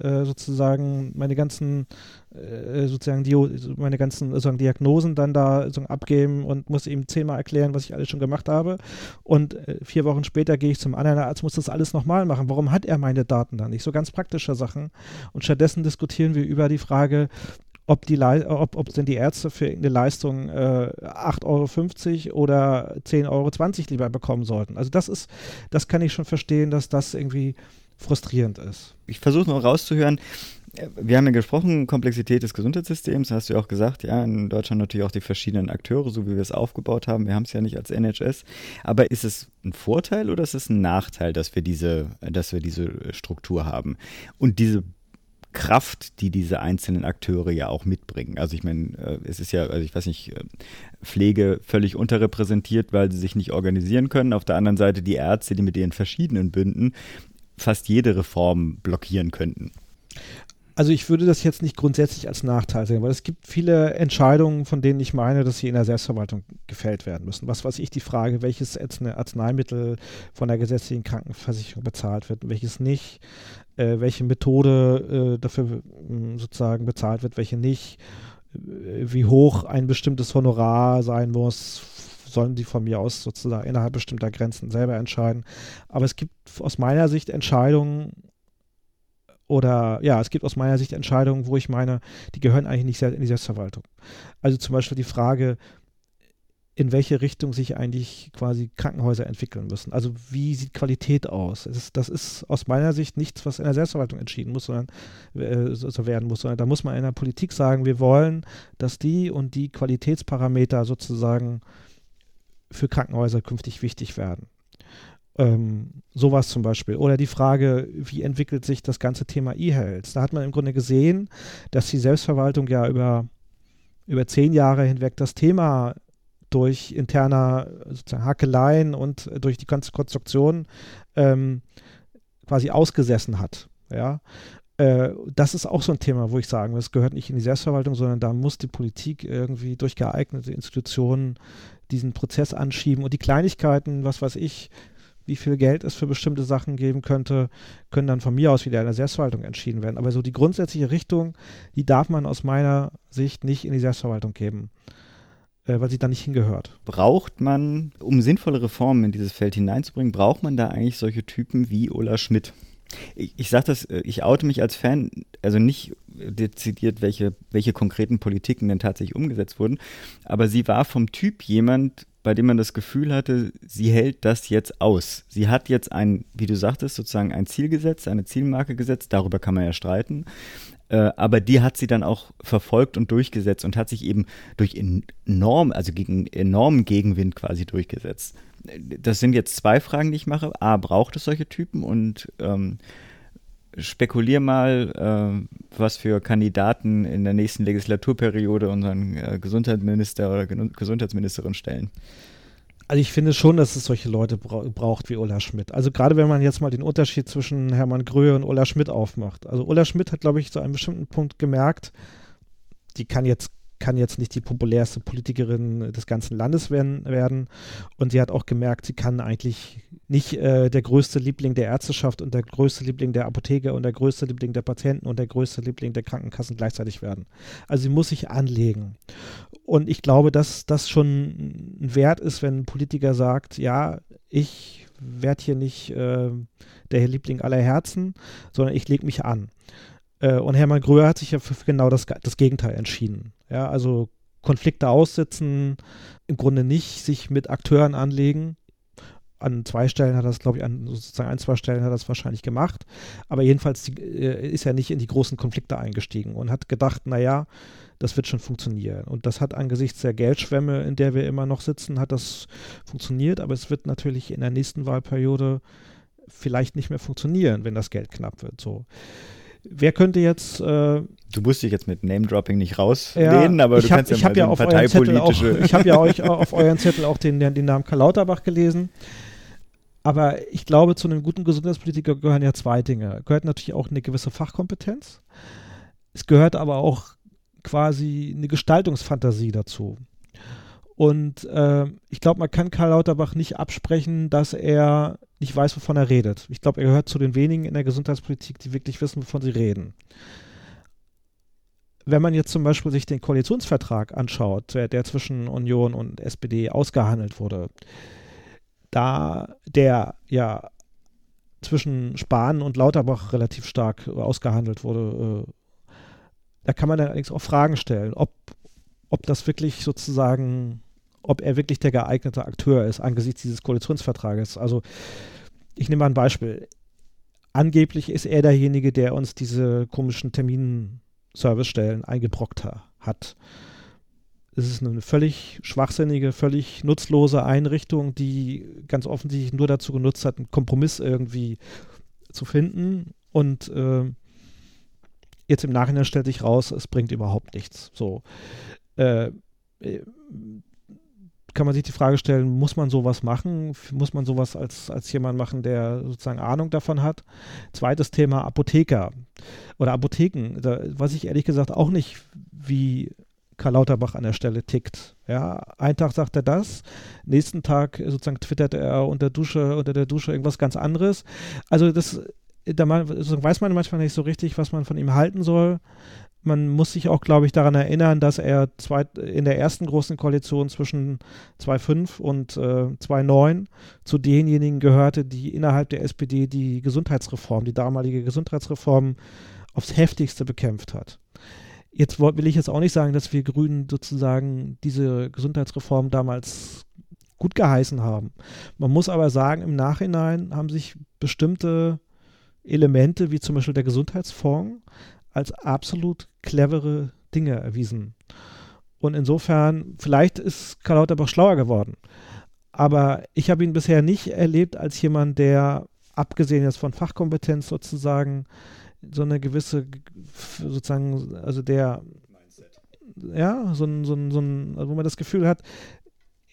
Diagnosen dann da abgeben und muss ihm 10-mal erklären, was ich alles schon gemacht habe. Und 4 Wochen später gehe ich zum anderen Arzt, muss das alles nochmal machen. Warum hat er meine Daten dann nicht? So ganz praktische Sachen. Und stattdessen diskutieren wir über die Frage, ob denn die Ärzte für irgendeine Leistung 8,50 € oder 10,20 € lieber bekommen sollten. Also das kann ich schon verstehen, dass das irgendwie frustrierend ist. Ich versuche noch rauszuhören, wir haben ja gesprochen, Komplexität des Gesundheitssystems, hast du ja auch gesagt, ja, in Deutschland natürlich auch die verschiedenen Akteure, so wie wir es aufgebaut haben, wir haben es ja nicht als NHS, aber ist es ein Vorteil oder ist es ein Nachteil, dass wir diese Struktur haben und diese Kraft, die diese einzelnen Akteure ja auch mitbringen. Also ich meine, es ist ja, also ich weiß nicht, Pflege völlig unterrepräsentiert, weil sie sich nicht organisieren können. Auf der anderen Seite die Ärzte, die mit ihren verschiedenen Bünden fast jede Reform blockieren könnten. Also ich würde das jetzt nicht grundsätzlich als Nachteil sehen, weil es gibt viele Entscheidungen, von denen ich meine, dass sie in der Selbstverwaltung gefällt werden müssen. Was weiß ich, die Frage, welches Arzneimittel von der gesetzlichen Krankenversicherung bezahlt wird und welches nicht, welche Methode dafür sozusagen bezahlt wird, welche nicht, wie hoch ein bestimmtes Honorar sein muss, sollen die von mir aus sozusagen innerhalb bestimmter Grenzen selber entscheiden. Aber es gibt aus meiner Sicht Entscheidungen, wo ich meine, die gehören eigentlich nicht in die Selbstverwaltung. Also zum Beispiel die Frage, in welche Richtung sich eigentlich quasi Krankenhäuser entwickeln müssen. Also wie sieht Qualität aus? Das ist aus meiner Sicht nichts, was in der Selbstverwaltung entschieden muss, sondern werden muss, sondern da muss man in der Politik sagen, wir wollen, dass die und die Qualitätsparameter sozusagen für Krankenhäuser künftig wichtig werden. Sowas zum Beispiel. Oder die Frage, wie entwickelt sich das ganze Thema E-Health? Da hat man im Grunde gesehen, dass die Selbstverwaltung ja über 10 Jahre hinweg das Thema durch interner sozusagen Hackeleien und durch die ganze Konstruktion quasi ausgesessen hat. Ja? Das ist auch so ein Thema, wo ich sagen will, es gehört nicht in die Selbstverwaltung, sondern da muss die Politik irgendwie durch geeignete Institutionen diesen Prozess anschieben und die Kleinigkeiten, was weiß ich, wie viel Geld es für bestimmte Sachen geben könnte, können dann von mir aus wieder in der Selbstverwaltung entschieden werden. Aber so die grundsätzliche Richtung, die darf man aus meiner Sicht nicht in die Selbstverwaltung geben, weil sie da nicht hingehört. Braucht man, um sinnvolle Reformen in dieses Feld hineinzubringen, braucht man da eigentlich solche Typen wie Ulla Schmidt? Ich sage das, ich oute mich als Fan, also nicht dezidiert, welche konkreten Politiken denn tatsächlich umgesetzt wurden, aber sie war vom Typ jemand, bei dem man das Gefühl hatte, sie hält das jetzt aus. Sie hat jetzt wie du sagtest, sozusagen ein Ziel gesetzt, eine Zielmarke gesetzt, darüber kann man ja streiten, aber die hat sie dann auch verfolgt und durchgesetzt und hat sich eben durch gegen enormen Gegenwind quasi durchgesetzt. Das sind jetzt 2 Fragen, die ich mache. A, braucht es solche Typen? Und spekulier mal, was für Kandidaten in der nächsten Legislaturperiode unseren Gesundheitsminister oder Gesundheitsministerin stellen. Also ich finde schon, dass es solche Leute braucht wie Ulla Schmidt. Also gerade wenn man jetzt mal den Unterschied zwischen Hermann Gröhe und Ulla Schmidt aufmacht. Also Ulla Schmidt hat, glaube ich, zu einem bestimmten Punkt gemerkt, die kann jetzt nicht die populärste Politikerin des ganzen Landes werden. Und sie hat auch gemerkt, sie kann eigentlich nicht der größte Liebling der Ärzteschaft und der größte Liebling der Apotheker und der größte Liebling der Patienten und der größte Liebling der Krankenkassen gleichzeitig werden. Also sie muss sich anlegen. Und ich glaube, dass das schon ein Wert ist, wenn ein Politiker sagt, ja, ich werde hier nicht der Liebling aller Herzen, sondern ich lege mich an. Und Hermann Gröhe hat sich ja für genau das Gegenteil entschieden. Ja, also Konflikte aussitzen, im Grunde nicht sich mit Akteuren anlegen. An 2 Stellen hat er das, glaube ich, an 2 Stellen hat er das wahrscheinlich gemacht. Aber jedenfalls ist er nicht in die großen Konflikte eingestiegen und hat gedacht, naja, das wird schon funktionieren. Und das hat angesichts der Geldschwemme, in der wir immer noch sitzen, hat das funktioniert. Aber es wird natürlich in der nächsten Wahlperiode vielleicht nicht mehr funktionieren, wenn das Geld knapp wird. So. Wer könnte jetzt... Du musst dich jetzt mit Name-Dropping nicht rausreden, aber du kannst ja mal so eine parteipolitische... Ich habe ja euch auf euren Zettel auch den Namen Karl Lauterbach gelesen. Aber ich glaube, zu einem guten Gesundheitspolitiker gehören ja 2 Dinge. Gehört natürlich auch eine gewisse Fachkompetenz. Es gehört aber auch quasi eine Gestaltungsfantasie dazu. Und ich glaube, man kann Karl Lauterbach nicht absprechen, dass er nicht weiß, wovon er redet. Ich glaube, er gehört zu den wenigen in der Gesundheitspolitik, die wirklich wissen, wovon sie reden. Wenn man jetzt zum Beispiel sich den Koalitionsvertrag anschaut, der zwischen Union und SPD ausgehandelt wurde, da der ja zwischen Spahn und Lauterbach relativ stark ausgehandelt wurde, da kann man dann allerdings auch Fragen stellen, ob das wirklich sozusagen, ob er wirklich der geeignete Akteur ist angesichts dieses Koalitionsvertrages. Also ich nehme mal ein Beispiel. Angeblich ist er derjenige, der uns diese komischen Terminservicestellen eingebrockt hat. Es ist eine völlig schwachsinnige, völlig nutzlose Einrichtung, die ganz offensichtlich nur dazu genutzt hat, einen Kompromiss irgendwie zu finden. Und jetzt im Nachhinein stellt sich raus, es bringt überhaupt nichts. So. Kann man sich die Frage stellen, muss man sowas machen? Muss man sowas als jemand machen, der sozusagen Ahnung davon hat? Zweites Thema, Apotheker oder Apotheken. Da weiß ich ehrlich gesagt auch nicht, wie Karl Lauterbach an der Stelle tickt. Ja, einen Tag sagt er das, nächsten Tag sozusagen twittert er unter der Dusche irgendwas ganz anderes. Also da weiß man manchmal nicht so richtig, was man von ihm halten soll. Man muss sich auch, glaube ich, daran erinnern, dass er in der ersten großen Koalition zwischen 2005 und 2009 zu denjenigen gehörte, die innerhalb der SPD die damalige Gesundheitsreform aufs Heftigste bekämpft hat. Jetzt will ich jetzt auch nicht sagen, dass wir Grünen sozusagen diese Gesundheitsreform damals gut geheißen haben. Man muss aber sagen, im Nachhinein haben sich bestimmte Elemente, wie zum Beispiel der Gesundheitsfonds, als absolut clevere Dinge erwiesen. Und insofern, vielleicht ist Karl Lauterbach schlauer geworden. Aber ich habe ihn bisher nicht erlebt als jemand, der, abgesehen jetzt von Fachkompetenz sozusagen, so eine gewisse, sozusagen, also der, ja, wo man das Gefühl hat,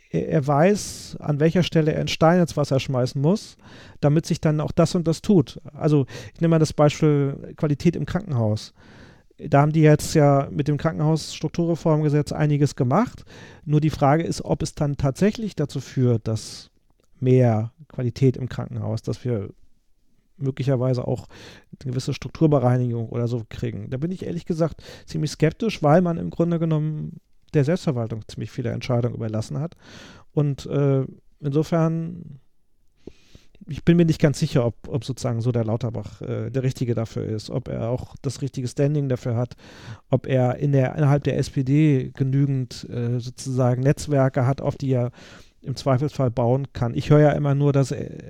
er weiß, an welcher Stelle er einen Stein ins Wasser schmeißen muss, damit sich dann auch das und das tut. Also ich nehme mal das Beispiel Qualität im Krankenhaus. Da haben die jetzt ja mit dem Krankenhausstrukturreformgesetz einiges gemacht. Nur die Frage ist, ob es dann tatsächlich dazu führt, dass mehr Qualität im Krankenhaus, dass wir möglicherweise auch eine gewisse Strukturbereinigung oder so kriegen. Da bin ich ehrlich gesagt ziemlich skeptisch, weil man im Grunde genommen der Selbstverwaltung ziemlich viele Entscheidungen überlassen hat. Und insofern, ich bin mir nicht ganz sicher, ob sozusagen so der Lauterbach der Richtige dafür ist, ob er auch das richtige Standing dafür hat, ob er innerhalb der SPD genügend sozusagen Netzwerke hat, auf die er im Zweifelsfall bauen kann. Ich höre ja immer nur, dass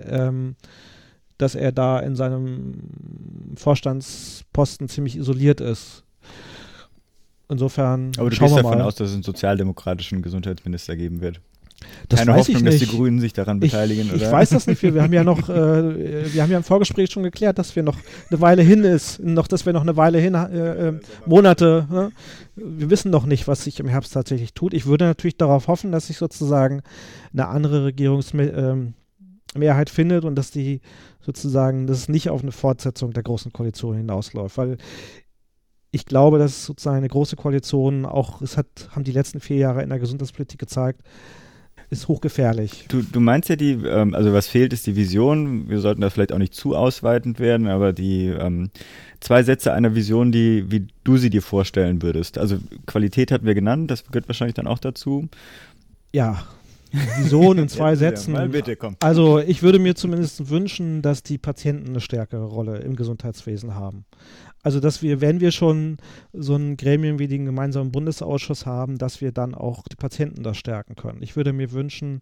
er da in seinem Vorstandsposten ziemlich isoliert ist. Insofern aber du gehst davon aus, dass es einen sozialdemokratischen Gesundheitsminister geben wird. Das Keine weiß Hoffnung, ich nicht. dass die Grünen sich daran beteiligen, oder? Ich weiß das nicht. Wir haben ja noch, wir haben ja im Vorgespräch schon geklärt, dass wir noch eine Weile hin ist, Monate. Ne? Wir wissen noch nicht, was sich im Herbst tatsächlich tut. Ich würde natürlich darauf hoffen, dass sich sozusagen eine andere Regierungsmehrheit findet und dass die sozusagen, dass es nicht auf eine Fortsetzung der Großen Koalition hinausläuft, weil ich glaube, dass sozusagen eine große Koalition auch, haben die letzten 4 Jahre in der Gesundheitspolitik gezeigt, ist hochgefährlich. Du meinst ja also was fehlt, ist die Vision. Wir sollten das vielleicht auch nicht zu ausweitend werden, aber die 2 Sätze einer Vision, wie du sie dir vorstellen würdest. Also Qualität hatten wir genannt, das gehört wahrscheinlich dann auch dazu. Ja, Vision in 2 Sätzen. Mal bitte, komm. Also ich würde mir zumindest wünschen, dass die Patienten eine stärkere Rolle im Gesundheitswesen haben. Also dass wir, wenn wir schon so ein Gremium wie den gemeinsamen Bundesausschuss haben, dass wir dann auch die Patienten da stärken können. Ich würde mir wünschen,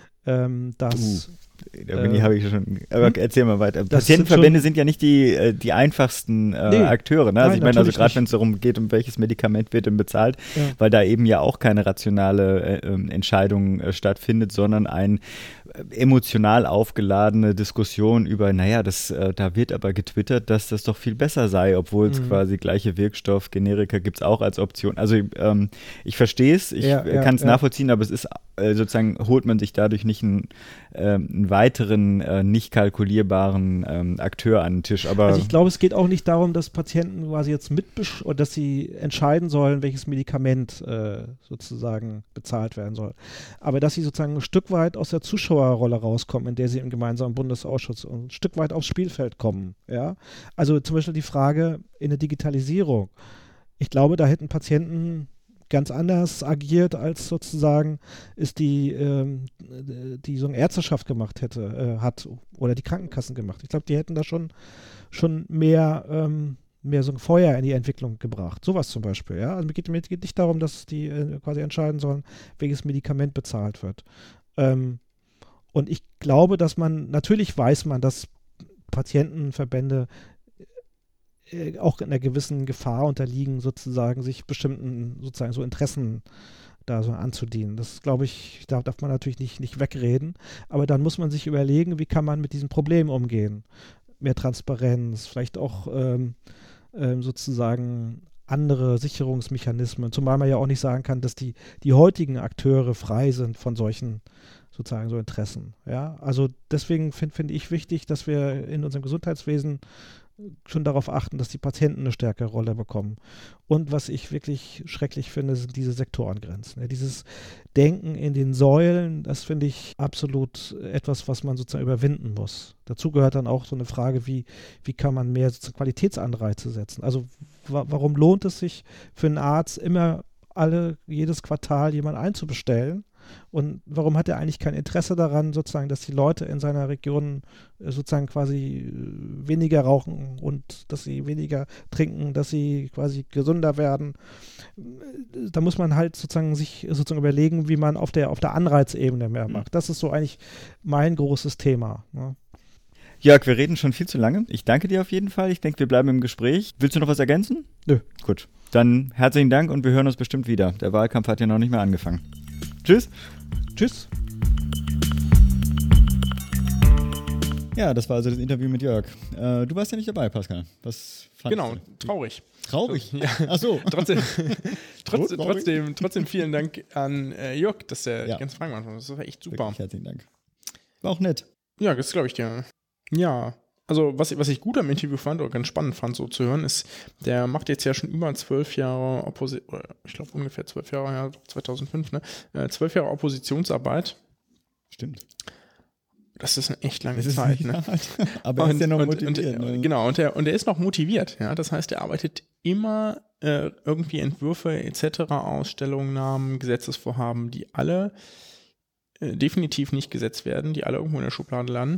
dass habe ich schon. Aber erzähl mal weiter. Patientenverbände sind ja nicht die einfachsten Akteure. Ne? Also ich meine, also gerade wenn es darum geht, um welches Medikament wird denn bezahlt, weil da eben ja auch keine rationale Entscheidung stattfindet, sondern ein emotional aufgeladene Diskussion über, da wird aber getwittert, dass das doch viel besser sei, obwohl es quasi gleiche Wirkstoff, Generika gibt es auch als Option. Also ich verstehe es, ich kann es nachvollziehen, aber es ist sozusagen, holt man sich dadurch nicht einen weiteren nicht kalkulierbaren Akteur an den Tisch. Aber also ich glaube, es geht auch nicht darum, dass Patienten quasi jetzt oder dass sie entscheiden sollen, welches Medikament sozusagen bezahlt werden soll. Aber dass sie sozusagen ein Stück weit aus der Zuschauerrolle rauskommen, in der sie im gemeinsamen Bundesausschuss ein Stück weit aufs Spielfeld kommen. Ja? Also zum Beispiel die Frage in der Digitalisierung. Ich glaube, da hätten Patienten ganz anders agiert, als sozusagen es die so eine Ärzteschaft gemacht hat oder die Krankenkassen gemacht. Ich glaube, die hätten da schon mehr so ein Feuer in die Entwicklung gebracht. Sowas zum Beispiel. Ja? Also mir geht nicht darum, dass die quasi entscheiden sollen, welches Medikament bezahlt wird. Und ich glaube, natürlich weiß man, dass Patientenverbände auch in einer gewissen Gefahr unterliegen, sozusagen sich bestimmten sozusagen so Interessen da so anzudienen. Das glaube ich, da darf man natürlich nicht wegreden, aber dann muss man sich überlegen, wie kann man mit diesem Problem umgehen. Mehr Transparenz, vielleicht auch sozusagen andere Sicherungsmechanismen, zumal man ja auch nicht sagen kann, dass die heutigen Akteure frei sind von solchen sozusagen so Interessen. Ja? Also deswegen finde ich wichtig, dass wir in unserem Gesundheitswesen schon darauf achten, dass die Patienten eine stärkere Rolle bekommen. Und was ich wirklich schrecklich finde, sind diese Sektorengrenzen. Ja, dieses Denken in den Säulen, das finde ich absolut etwas, was man sozusagen überwinden muss. Dazu gehört dann auch so eine Frage, wie kann man mehr sozusagen Qualitätsanreize setzen? Also warum lohnt es sich für einen Arzt immer jedes Quartal jemanden einzubestellen? Und warum hat er eigentlich kein Interesse daran, sozusagen, dass die Leute in seiner Region sozusagen quasi weniger rauchen und dass sie weniger trinken, dass sie quasi gesünder werden? Da muss man halt sozusagen sich sozusagen überlegen, wie man auf der Anreizebene mehr macht. Das ist so eigentlich mein großes Thema. Ne? Jörg, wir reden schon viel zu lange. Ich danke dir auf jeden Fall. Ich denke, wir bleiben im Gespräch. Willst du noch was ergänzen? Nö. Gut. Dann herzlichen Dank und wir hören uns bestimmt wieder. Der Wahlkampf hat ja noch nicht mehr angefangen. Tschüss. Tschüss. Ja, das war also das Interview mit Jörg. Du warst ja nicht dabei, Pascal. Was fandst du? Traurig. Traurig? Ja. Ach so. Trotzdem Trotzdem vielen Dank an Jörg, dass er die ganzen Fragen beantwortet. Das war echt super. Wirklich herzlichen Dank. War auch nett. Ja, das glaube ich dir. Ja, also was ich gut am Interview fand oder ganz spannend fand, so zu hören, ist, der macht jetzt ja schon über 12 Jahre ich glaube ungefähr 12 Jahre, ja, 2005, ne? 12 Jahre Oppositionsarbeit. Stimmt. Das ist eine echt lange Zeit, ne? Aber er ist ja noch motiviert. Genau, und er ist noch motiviert, ja. Das heißt, er arbeitet immer irgendwie Entwürfe etc., Ausstellungsnamen, Gesetzesvorhaben, die alle definitiv nicht gesetzt werden, die alle irgendwo in der Schublade landen.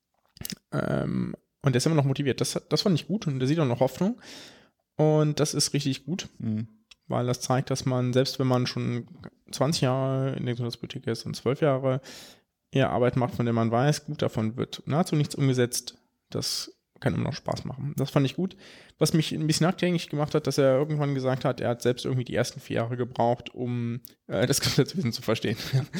Und der ist immer noch motiviert. Das fand ich gut und der sieht auch noch Hoffnung. Und das ist richtig gut, weil das zeigt, dass man, selbst wenn man schon 20 Jahre in der Gesundheitspolitik ist und 12 Jahre eher Arbeit macht, von der man weiß, gut, davon wird nahezu nichts umgesetzt. Das kann immer noch Spaß machen. Das fand ich gut. Was mich ein bisschen nachdenklich gemacht hat, dass er irgendwann gesagt hat, er hat selbst irgendwie die ersten 4 Jahre gebraucht, um das Gesundheitswesen zu verstehen.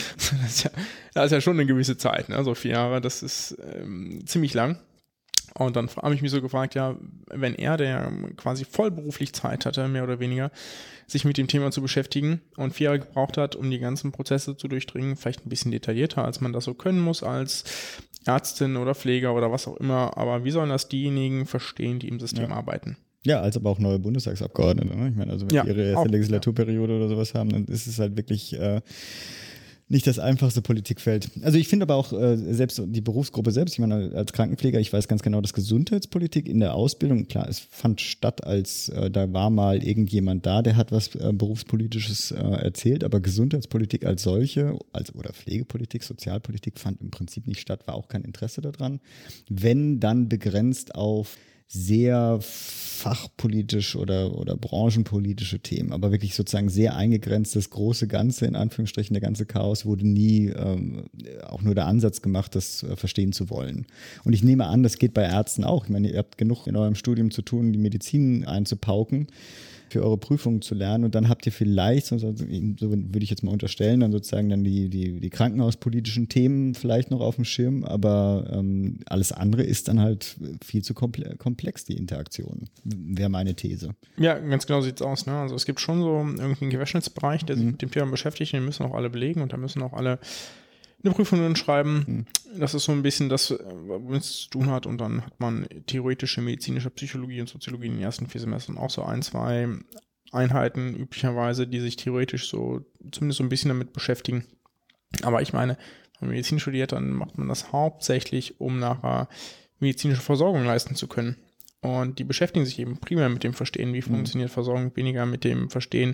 Das ist ja schon eine gewisse Zeit, ne? Also 4 Jahre, das ist ziemlich lang. Und dann habe ich mich so gefragt, ja, wenn er, der quasi vollberuflich Zeit hatte, mehr oder weniger, sich mit dem Thema zu beschäftigen und 4 Jahre gebraucht hat, um die ganzen Prozesse zu durchdringen, vielleicht ein bisschen detaillierter, als man das so können muss als Ärztin oder Pfleger oder was auch immer. Aber wie sollen das diejenigen verstehen, die im System arbeiten? Ja, als aber auch neue Bundestagsabgeordnete. Ne? Ich meine, also wenn die ihre erste Legislaturperiode oder sowas haben, dann ist es halt wirklich nicht das einfachste Politikfeld. Also ich finde aber auch selbst die Berufsgruppe selbst, ich meine als Krankenpfleger, ich weiß ganz genau, dass Gesundheitspolitik in der Ausbildung, klar, es fand statt, als da war mal irgendjemand da, der hat was Berufspolitisches erzählt, aber Gesundheitspolitik als solche, oder Pflegepolitik, Sozialpolitik fand im Prinzip nicht statt, war auch kein Interesse daran. Wenn, dann begrenzt auf sehr fachpolitisch oder branchenpolitische Themen, aber wirklich sozusagen sehr eingegrenzt. Das große Ganze, in Anführungsstrichen, der ganze Chaos wurde nie auch nur der Ansatz gemacht, das verstehen zu wollen. Und ich nehme an, das geht bei Ärzten auch. Ich meine, ihr habt genug in eurem Studium zu tun, die Medizin einzupauken, für eure Prüfungen zu lernen, und dann habt ihr vielleicht, so würde ich jetzt mal unterstellen, dann sozusagen dann die krankenhauspolitischen Themen vielleicht noch auf dem Schirm, aber alles andere ist dann halt viel zu komplex, die Interaktion, wäre meine These. Ja, ganz genau sieht's aus, ne? Also es gibt schon so irgendwie einen Querschnittsbereich, der sich mit dem Thema beschäftigt, den müssen auch alle belegen und da müssen auch alle eine Prüfung drin schreiben. Das ist so ein bisschen das, womit es zu tun hat, und dann hat man theoretische, medizinische Psychologie und Soziologie in den ersten 4 Semestern auch so 1, 2 Einheiten üblicherweise, die sich theoretisch so zumindest so ein bisschen damit beschäftigen. Aber ich meine, wenn man Medizin studiert, dann macht man das hauptsächlich, um nachher medizinische Versorgung leisten zu können. Und die beschäftigen sich eben primär mit dem Verstehen, wie funktioniert Versorgung, weniger mit dem Verstehen,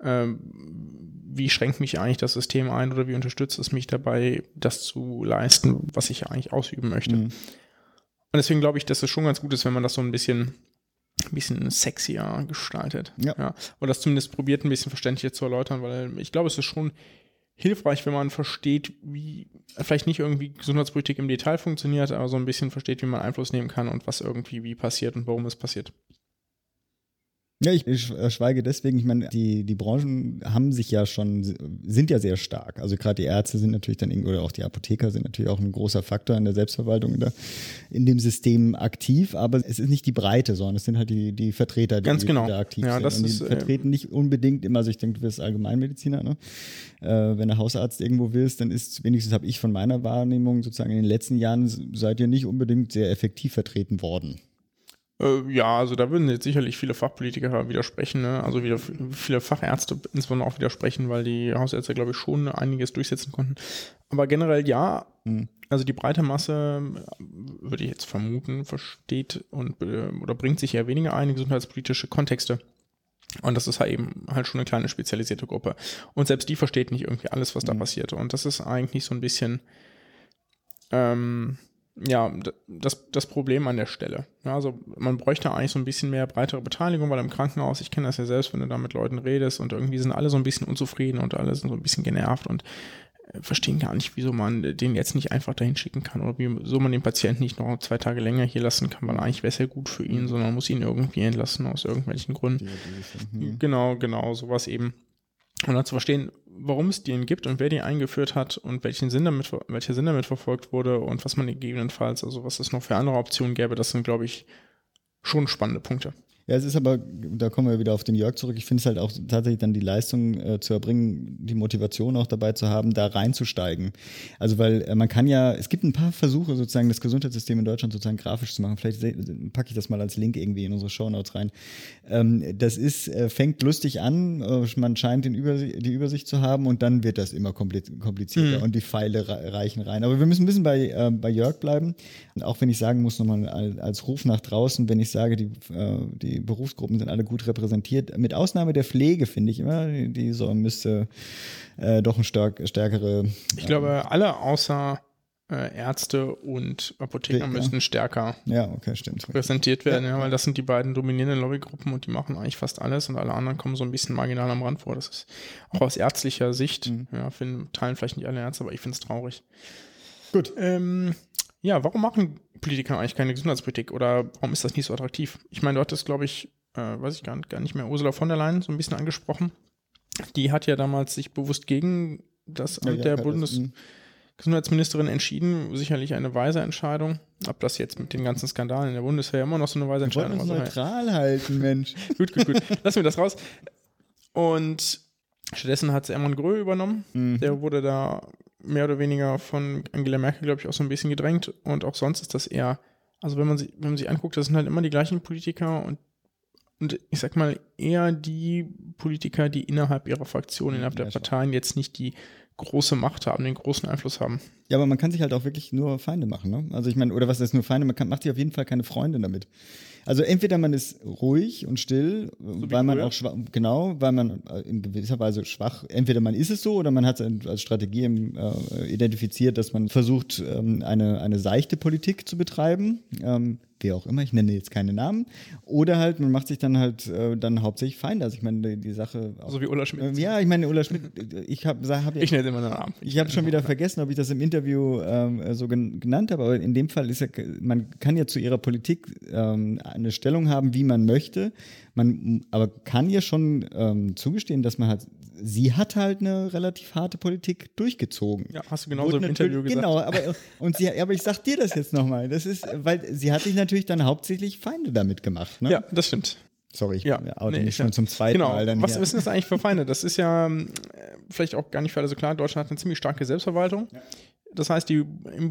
wie schränkt mich eigentlich das System ein oder wie unterstützt es mich dabei, das zu leisten, was ich eigentlich ausüben möchte. Und deswegen glaube ich, dass es schon ganz gut ist, wenn man das so ein bisschen sexier gestaltet. Ja. Oder das zumindest probiert, ein bisschen verständlicher zu erläutern, weil ich glaube, es ist schon hilfreich, wenn man versteht, wie vielleicht nicht irgendwie Gesundheitspolitik im Detail funktioniert, aber so ein bisschen versteht, wie man Einfluss nehmen kann und was irgendwie wie passiert und warum es passiert. Ja, ich schweige deswegen, ich meine, die Branchen sind ja sehr stark. Also gerade die Ärzte sind natürlich dann oder auch die Apotheker sind natürlich auch ein großer Faktor in der Selbstverwaltung in dem System aktiv, aber es ist nicht die Breite, sondern es sind halt die Vertreter, die da aktiv sind. Das und die vertreten nicht unbedingt immer, also ich denke, du wirst Allgemeinmediziner, ne? Wenn du Hausarzt irgendwo willst, dann ist, wenigstens habe ich von meiner Wahrnehmung sozusagen in den letzten Jahren, seid ihr nicht unbedingt sehr effektiv vertreten worden. Ja, also da würden jetzt sicherlich viele Fachpolitiker widersprechen, ne? Also wieder viele Fachärzte insbesondere auch widersprechen, weil die Hausärzte, glaube ich, schon einiges durchsetzen konnten. Aber generell ja, also die breite Masse, würde ich jetzt vermuten, versteht oder bringt sich eher weniger ein in gesundheitspolitische Kontexte. Und das ist halt eben halt schon eine kleine spezialisierte Gruppe. Und selbst die versteht nicht irgendwie alles, was da passiert. Und das ist eigentlich so ein bisschen das Problem an der Stelle. Ja, also man bräuchte eigentlich so ein bisschen mehr breitere Beteiligung, weil im Krankenhaus, ich kenne das ja selbst, wenn du da mit Leuten redest und irgendwie sind alle so ein bisschen unzufrieden und alle sind so ein bisschen genervt und verstehen gar nicht, wieso man den jetzt nicht einfach dahin schicken kann oder wieso man den Patienten nicht noch 2 Tage länger hier lassen kann, weil eigentlich wäre es ja gut für ihn, sondern man muss ihn irgendwie entlassen aus irgendwelchen Gründen. Genau, sowas eben. Und dann zu verstehen, warum es den gibt und wer die eingeführt hat und welcher Sinn damit verfolgt wurde und was man gegebenenfalls, also was es noch für andere Optionen gäbe, das sind, glaube ich, schon spannende Punkte. Ja, es ist aber, da kommen wir wieder auf den Jörg zurück, ich finde es halt auch tatsächlich dann die Leistung zu erbringen, die Motivation auch dabei zu haben, da reinzusteigen. Also weil man kann ja, es gibt ein paar Versuche sozusagen, das Gesundheitssystem in Deutschland sozusagen grafisch zu machen. Vielleicht packe ich das mal als Link irgendwie in unsere Shownotes rein. Das fängt lustig an, man scheint die Übersicht zu haben und dann wird das immer komplizierter und die Pfeile reichen rein. Aber wir müssen ein bisschen bei Jörg bleiben. Und auch wenn ich sagen muss, nochmal als Ruf nach draußen, wenn ich sage, die Berufsgruppen sind alle gut repräsentiert, mit Ausnahme der Pflege, finde ich immer, die müsste doch ein stärkere... Ich glaube, alle außer Ärzte und Apotheker müssten stärker repräsentiert werden, weil das sind die beiden dominierenden Lobbygruppen und die machen eigentlich fast alles und alle anderen kommen so ein bisschen marginal am Rand vor. Das ist auch aus ärztlicher Sicht, teilen vielleicht nicht alle Ärzte, aber ich finde es traurig. Gut. Warum machen Politiker eigentlich keine Gesundheitspolitik oder warum ist das nicht so attraktiv? Ich meine, du hattest, glaube ich, weiß ich gar nicht mehr, Ursula von der Leyen so ein bisschen angesprochen. Die hat ja damals sich bewusst gegen das Amt der Bundesgesundheitsministerin entschieden. Sicherlich eine weise Entscheidung. Ob das jetzt mit den ganzen Skandalen in der Bundeswehr immer noch so eine weise Entscheidung ist. Neutral halten, Mensch. Gut. Lassen wir das raus. Und stattdessen hat Hermann Grö übernommen. Der wurde da mehr oder weniger von Angela Merkel, glaube ich, auch so ein bisschen gedrängt. Und auch sonst ist das eher, also wenn man sich anguckt, das sind halt immer die gleichen Politiker und ich sag mal eher die Politiker, die innerhalb ihrer Fraktion, innerhalb der Parteien jetzt nicht die große Macht haben, den großen Einfluss haben. Ja, aber man kann sich halt auch wirklich nur Feinde machen, ne? Also ich meine, oder was ist nur Feinde? Macht sich auf jeden Fall keine Freunde damit. Also entweder man ist ruhig und still, so weil man auch weil man in gewisser Weise schwach, entweder man ist es so oder man hat es als Strategie identifiziert, dass man versucht, eine seichte Politik zu betreiben, wie auch immer, ich nenne jetzt keine Namen, oder halt, man macht sich dann halt dann hauptsächlich Feinde. Also ich meine, die Sache... So wie Ulla Schmidt. Ja, ich meine, Ulla Schmidt, ich nenne immer einen Namen. Ich habe schon wieder vergessen, ob ich das im Interview so genannt habe, aber in dem Fall ist ja, man kann ja zu ihrer Politik eine Stellung haben, wie man möchte, aber kann ihr schon zugestehen, dass man sie hat halt eine relativ harte Politik durchgezogen. Ja, hast du genauso im Interview gesagt. Genau, aber ich sag dir das jetzt nochmal, das ist, weil sie hat sich natürlich dann hauptsächlich Feinde damit gemacht, ne? Ja, das stimmt. Sorry, ich oute mich schon zum zweiten Mal. Dann was sind das eigentlich für Feinde? Das ist ja vielleicht auch gar nicht für alle so klar. Deutschland hat eine ziemlich starke Selbstverwaltung. Ja. Das heißt, die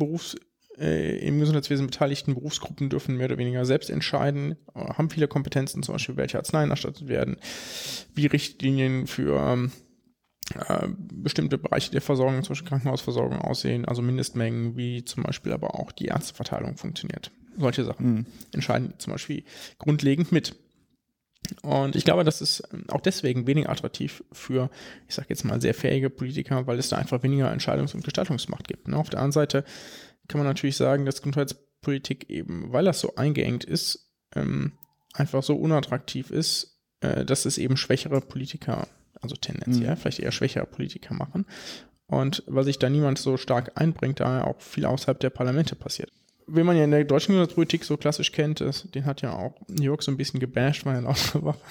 im Gesundheitswesen beteiligten Berufsgruppen dürfen mehr oder weniger selbst entscheiden, haben viele Kompetenzen, zum Beispiel welche Arzneien erstattet werden, wie Richtlinien für bestimmte Bereiche der Versorgung, zum Beispiel Krankenhausversorgung aussehen, also Mindestmengen, wie zum Beispiel aber auch die Ärzteverteilung funktioniert. Solche Sachen entscheiden zum Beispiel grundlegend mit. Und ich glaube, das ist auch deswegen weniger attraktiv für, ich sage jetzt mal, sehr fähige Politiker, weil es da einfach weniger Entscheidungs- und Gestaltungsmacht gibt. Auf der anderen Seite kann man natürlich sagen, dass Gesundheitspolitik eben, weil das so eingeengt ist, einfach so unattraktiv ist, dass es eben schwächere Politiker, also tendenziell vielleicht eher schwächere Politiker machen. Und weil sich da niemand so stark einbringt, da auch viel außerhalb der Parlamente passiert. Wen man ja in der deutschen Gesundheitspolitik so klassisch kennt, den hat ja auch New York so ein bisschen gebasht, weil er lauter war.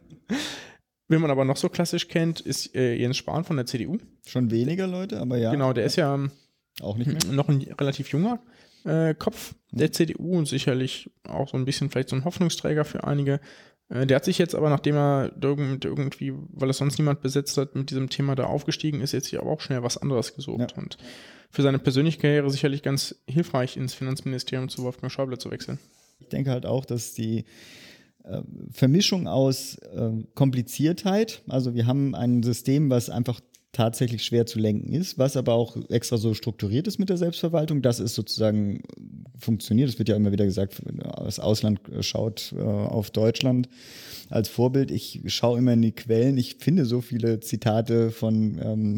Wen man aber noch so klassisch kennt, ist Jens Spahn von der CDU. Schon weniger Leute, aber ja. Genau, der ist ja auch nicht mehr. Noch ein relativ junger Kopf der CDU und sicherlich auch so ein bisschen vielleicht so ein Hoffnungsträger für einige. Der hat sich jetzt aber, nachdem er irgendwie, weil es sonst niemand besetzt hat, mit diesem Thema da aufgestiegen ist, jetzt hier aber auch schnell was anderes gesucht. Ja. Und für seine persönliche Karriere sicherlich ganz hilfreich, ins Finanzministerium zu Wolfgang Schäuble zu wechseln. Ich denke halt auch, dass die Vermischung aus Kompliziertheit, also wir haben ein System, was einfach tatsächlich schwer zu lenken ist, was aber auch extra so strukturiert ist mit der Selbstverwaltung, dass es sozusagen funktioniert. Es wird ja immer wieder gesagt, das Ausland schaut auf Deutschland als Vorbild. Ich schaue immer in die Quellen. Ich finde so viele Zitate von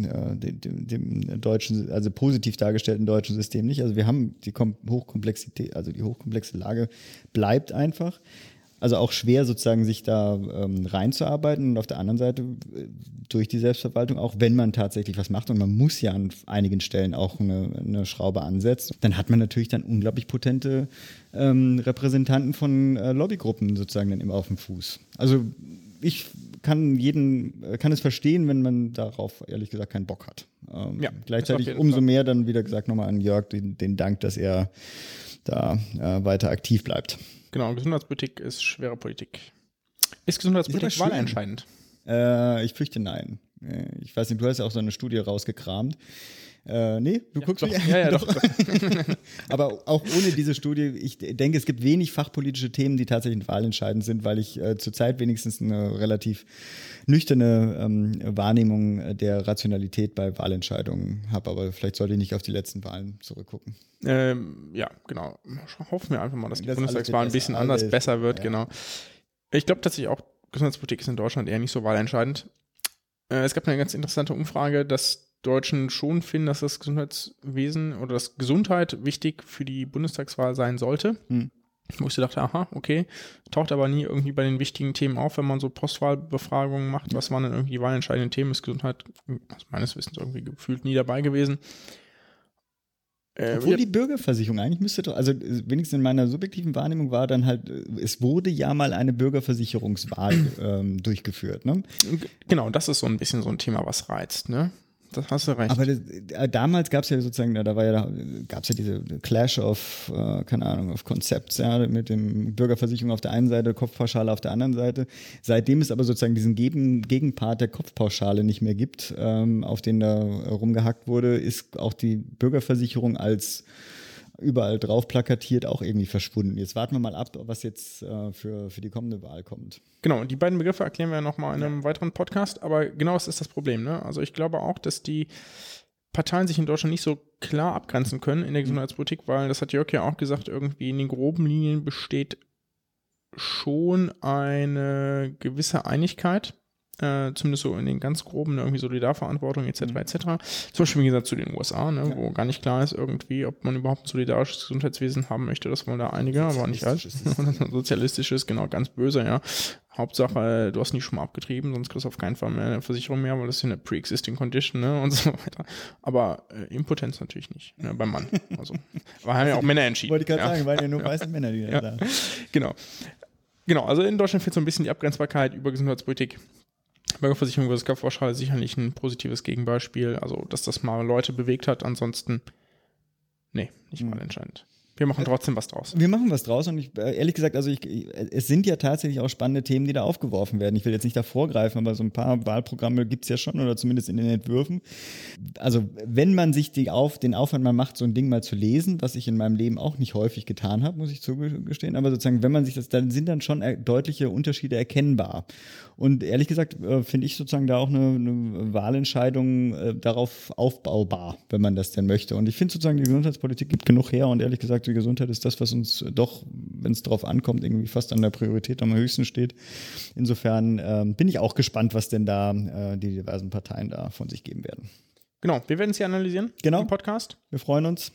dem deutschen, also positiv dargestellten deutschen System nicht. Also wir haben die Hochkomplexität, also die hochkomplexe Lage bleibt einfach. Also auch schwer sozusagen sich da reinzuarbeiten und auf der anderen Seite durch die Selbstverwaltung, auch wenn man tatsächlich was macht und man muss ja an einigen Stellen auch eine Schraube ansetzen, dann hat man natürlich dann unglaublich potente Repräsentanten von Lobbygruppen sozusagen dann immer auf dem Fuß. Also ich kann es verstehen, wenn man darauf ehrlich gesagt keinen Bock hat. Gleichzeitig umso mehr dann wieder gesagt nochmal an Jörg den Dank, dass er da weiter aktiv bleibt. Genau, Gesundheitspolitik ist schwere Politik. Ist Gesundheitspolitik wahlentscheidend? Ich fürchte nein. Ich weiß nicht, du hast ja auch so eine Studie rausgekramt. Nee, du guckst doch. Ja, doch. Aber auch ohne diese Studie, ich denke, es gibt wenig fachpolitische Themen, die tatsächlich wahlentscheidend sind, weil ich zurzeit wenigstens eine relativ nüchterne Wahrnehmung der Rationalität bei Wahlentscheidungen habe. Aber vielleicht sollte ich nicht auf die letzten Wahlen zurückgucken. Ja, genau. Hoffen wir einfach mal, dass die Bundestagswahl ein bisschen besser wird. Ja. Genau. Ich glaube tatsächlich auch, Gesundheitspolitik ist in Deutschland eher nicht so wahlentscheidend. Es gab eine ganz interessante Umfrage, dass Deutschen schon finden, dass das Gesundheitswesen oder das Gesundheit wichtig für die Bundestagswahl sein sollte. Wo ich so dachte, aha, okay, taucht aber nie irgendwie bei den wichtigen Themen auf, wenn man so Postwahlbefragungen macht. Was waren denn irgendwie die wahlentscheidenden Themen? Ist Gesundheit meines Wissens irgendwie gefühlt nie dabei gewesen. Obwohl die Bürgerversicherung eigentlich müsste doch, also wenigstens in meiner subjektiven Wahrnehmung war dann halt, es wurde ja mal eine Bürgerversicherungswahl durchgeführt, ne? Genau, das ist so ein bisschen so ein Thema, was reizt, ne? Das hast du recht. Aber damals gab es ja sozusagen, gab es ja diese Clash of, keine Ahnung, of Concepts, ja, mit dem Bürgerversicherung auf der einen Seite, Kopfpauschale auf der anderen Seite. Seitdem es aber sozusagen diesen Gegenpart der Kopfpauschale nicht mehr gibt, auf den da rumgehackt wurde, ist auch die Bürgerversicherung als überall drauf plakatiert auch irgendwie verschwunden. Jetzt warten wir mal ab, was jetzt für die kommende Wahl kommt. Genau, die beiden Begriffe erklären wir nochmal in einem weiteren Podcast, aber genau das ist das Problem, ne? Also ich glaube auch, dass die Parteien sich in Deutschland nicht so klar abgrenzen können in der Gesundheitspolitik, weil, das hat Jörg ja auch gesagt, irgendwie in den groben Linien besteht schon eine gewisse Einigkeit, zumindest so in den ganz groben, ne, irgendwie Solidarverantwortung etc. etc. Zum Beispiel, wie gesagt, zu den USA, ne, wo gar nicht klar ist irgendwie, ob man überhaupt ein solidarisches Gesundheitswesen haben möchte. Das wollen da einige, aber nicht alle. Sozialistisches, genau, ganz böse, ja. Hauptsache, du hast nie schon mal abgetrieben, sonst kriegst du auf keinen Fall mehr eine Versicherung mehr, weil das ist ja eine pre-existing condition, ne, und so weiter. Aber Impotenz natürlich nicht, ne, beim Mann. Also, aber haben ja auch Männer entschieden. Wollte ich gerade sagen, weil ja nur weiße Männer, die da sagen. Genau, also in Deutschland fehlt so ein bisschen die Abgrenzbarkeit über Gesundheitspolitik. Bürgerversicherung versus Kopfpauschale ist sicherlich ein positives Gegenbeispiel, also dass das mal Leute bewegt hat, ansonsten nicht mal entscheidend. Wir machen trotzdem was draus. Wir machen was draus und ich, ehrlich gesagt, also es sind ja tatsächlich auch spannende Themen, die da aufgeworfen werden. Ich will jetzt nicht da vorgreifen, aber so ein paar Wahlprogramme gibt es ja schon oder zumindest in den Entwürfen. Also wenn man sich den Aufwand mal macht, so ein Ding mal zu lesen, was ich in meinem Leben auch nicht häufig getan habe, muss ich zugestehen, aber sozusagen, wenn man sich das, dann sind dann schon deutliche Unterschiede erkennbar. Und ehrlich gesagt finde ich sozusagen da auch eine Wahlentscheidung darauf aufbaubar, wenn man das denn möchte. Und ich finde sozusagen, die Gesundheitspolitik gibt genug her und ehrlich gesagt, die Gesundheit ist das, was uns doch, wenn es drauf ankommt, irgendwie fast an der Priorität am höchsten steht. Insofern bin ich auch gespannt, was denn da die diversen Parteien da von sich geben werden. Genau, wir werden es hier analysieren im Podcast. Wir freuen uns.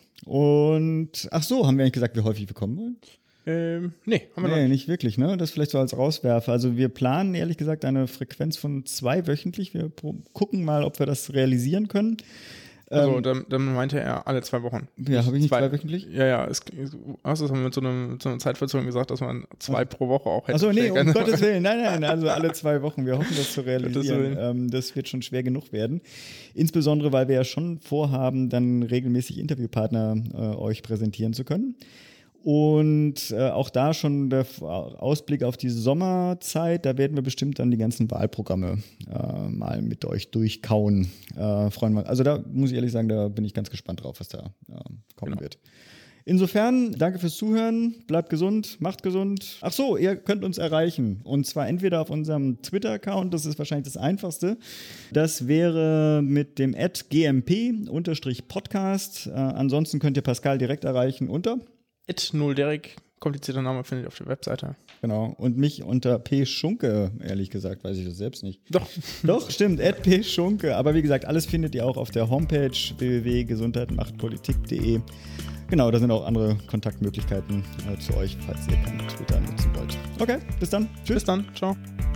Und ach so, haben wir eigentlich gesagt, wie häufig wir kommen wollen? Haben wir nicht wirklich, ne? Das vielleicht so als Rauswerfer. Also wir planen ehrlich gesagt eine Frequenz von 2 wöchentlich. Wir gucken mal, ob wir das realisieren können. Also dann meinte er alle 2 Wochen. Ja, habe ich nicht 2 wöchentlich? Ja, das haben wir mit so einer Zeitverzögerung gesagt, dass man 2 pro Woche auch hätte. Achso, nee, um Gottes Willen, nein, also alle 2 Wochen. Wir hoffen, das zu realisieren. Das wird schon schwer genug werden. Insbesondere, weil wir ja schon vorhaben, dann regelmäßig Interviewpartner euch präsentieren zu können. Und auch da schon der Ausblick auf die Sommerzeit, da werden wir bestimmt dann die ganzen Wahlprogramme mal mit euch durchkauen. Freuen wir. Also da muss ich ehrlich sagen, da bin ich ganz gespannt drauf, was da kommen wird. Insofern, danke fürs Zuhören, bleibt gesund, macht gesund. Ach so, ihr könnt uns erreichen und zwar entweder auf unserem Twitter-Account, das ist wahrscheinlich das Einfachste. Das wäre mit dem @gmp_podcast. Ansonsten könnt ihr Pascal direkt erreichen unter @0derek, komplizierter Name, findet ihr auf der Webseite. Genau, und mich unter P. Schunke, ehrlich gesagt, weiß ich das selbst nicht. Doch, stimmt, @P. Schunke. Aber wie gesagt, alles findet ihr auch auf der Homepage www.gesundheitmachtpolitik.de. Genau, da sind auch andere Kontaktmöglichkeiten zu euch, falls ihr kein Twitter nutzen wollt. Okay, bis dann. Tschüss. Bis dann, ciao.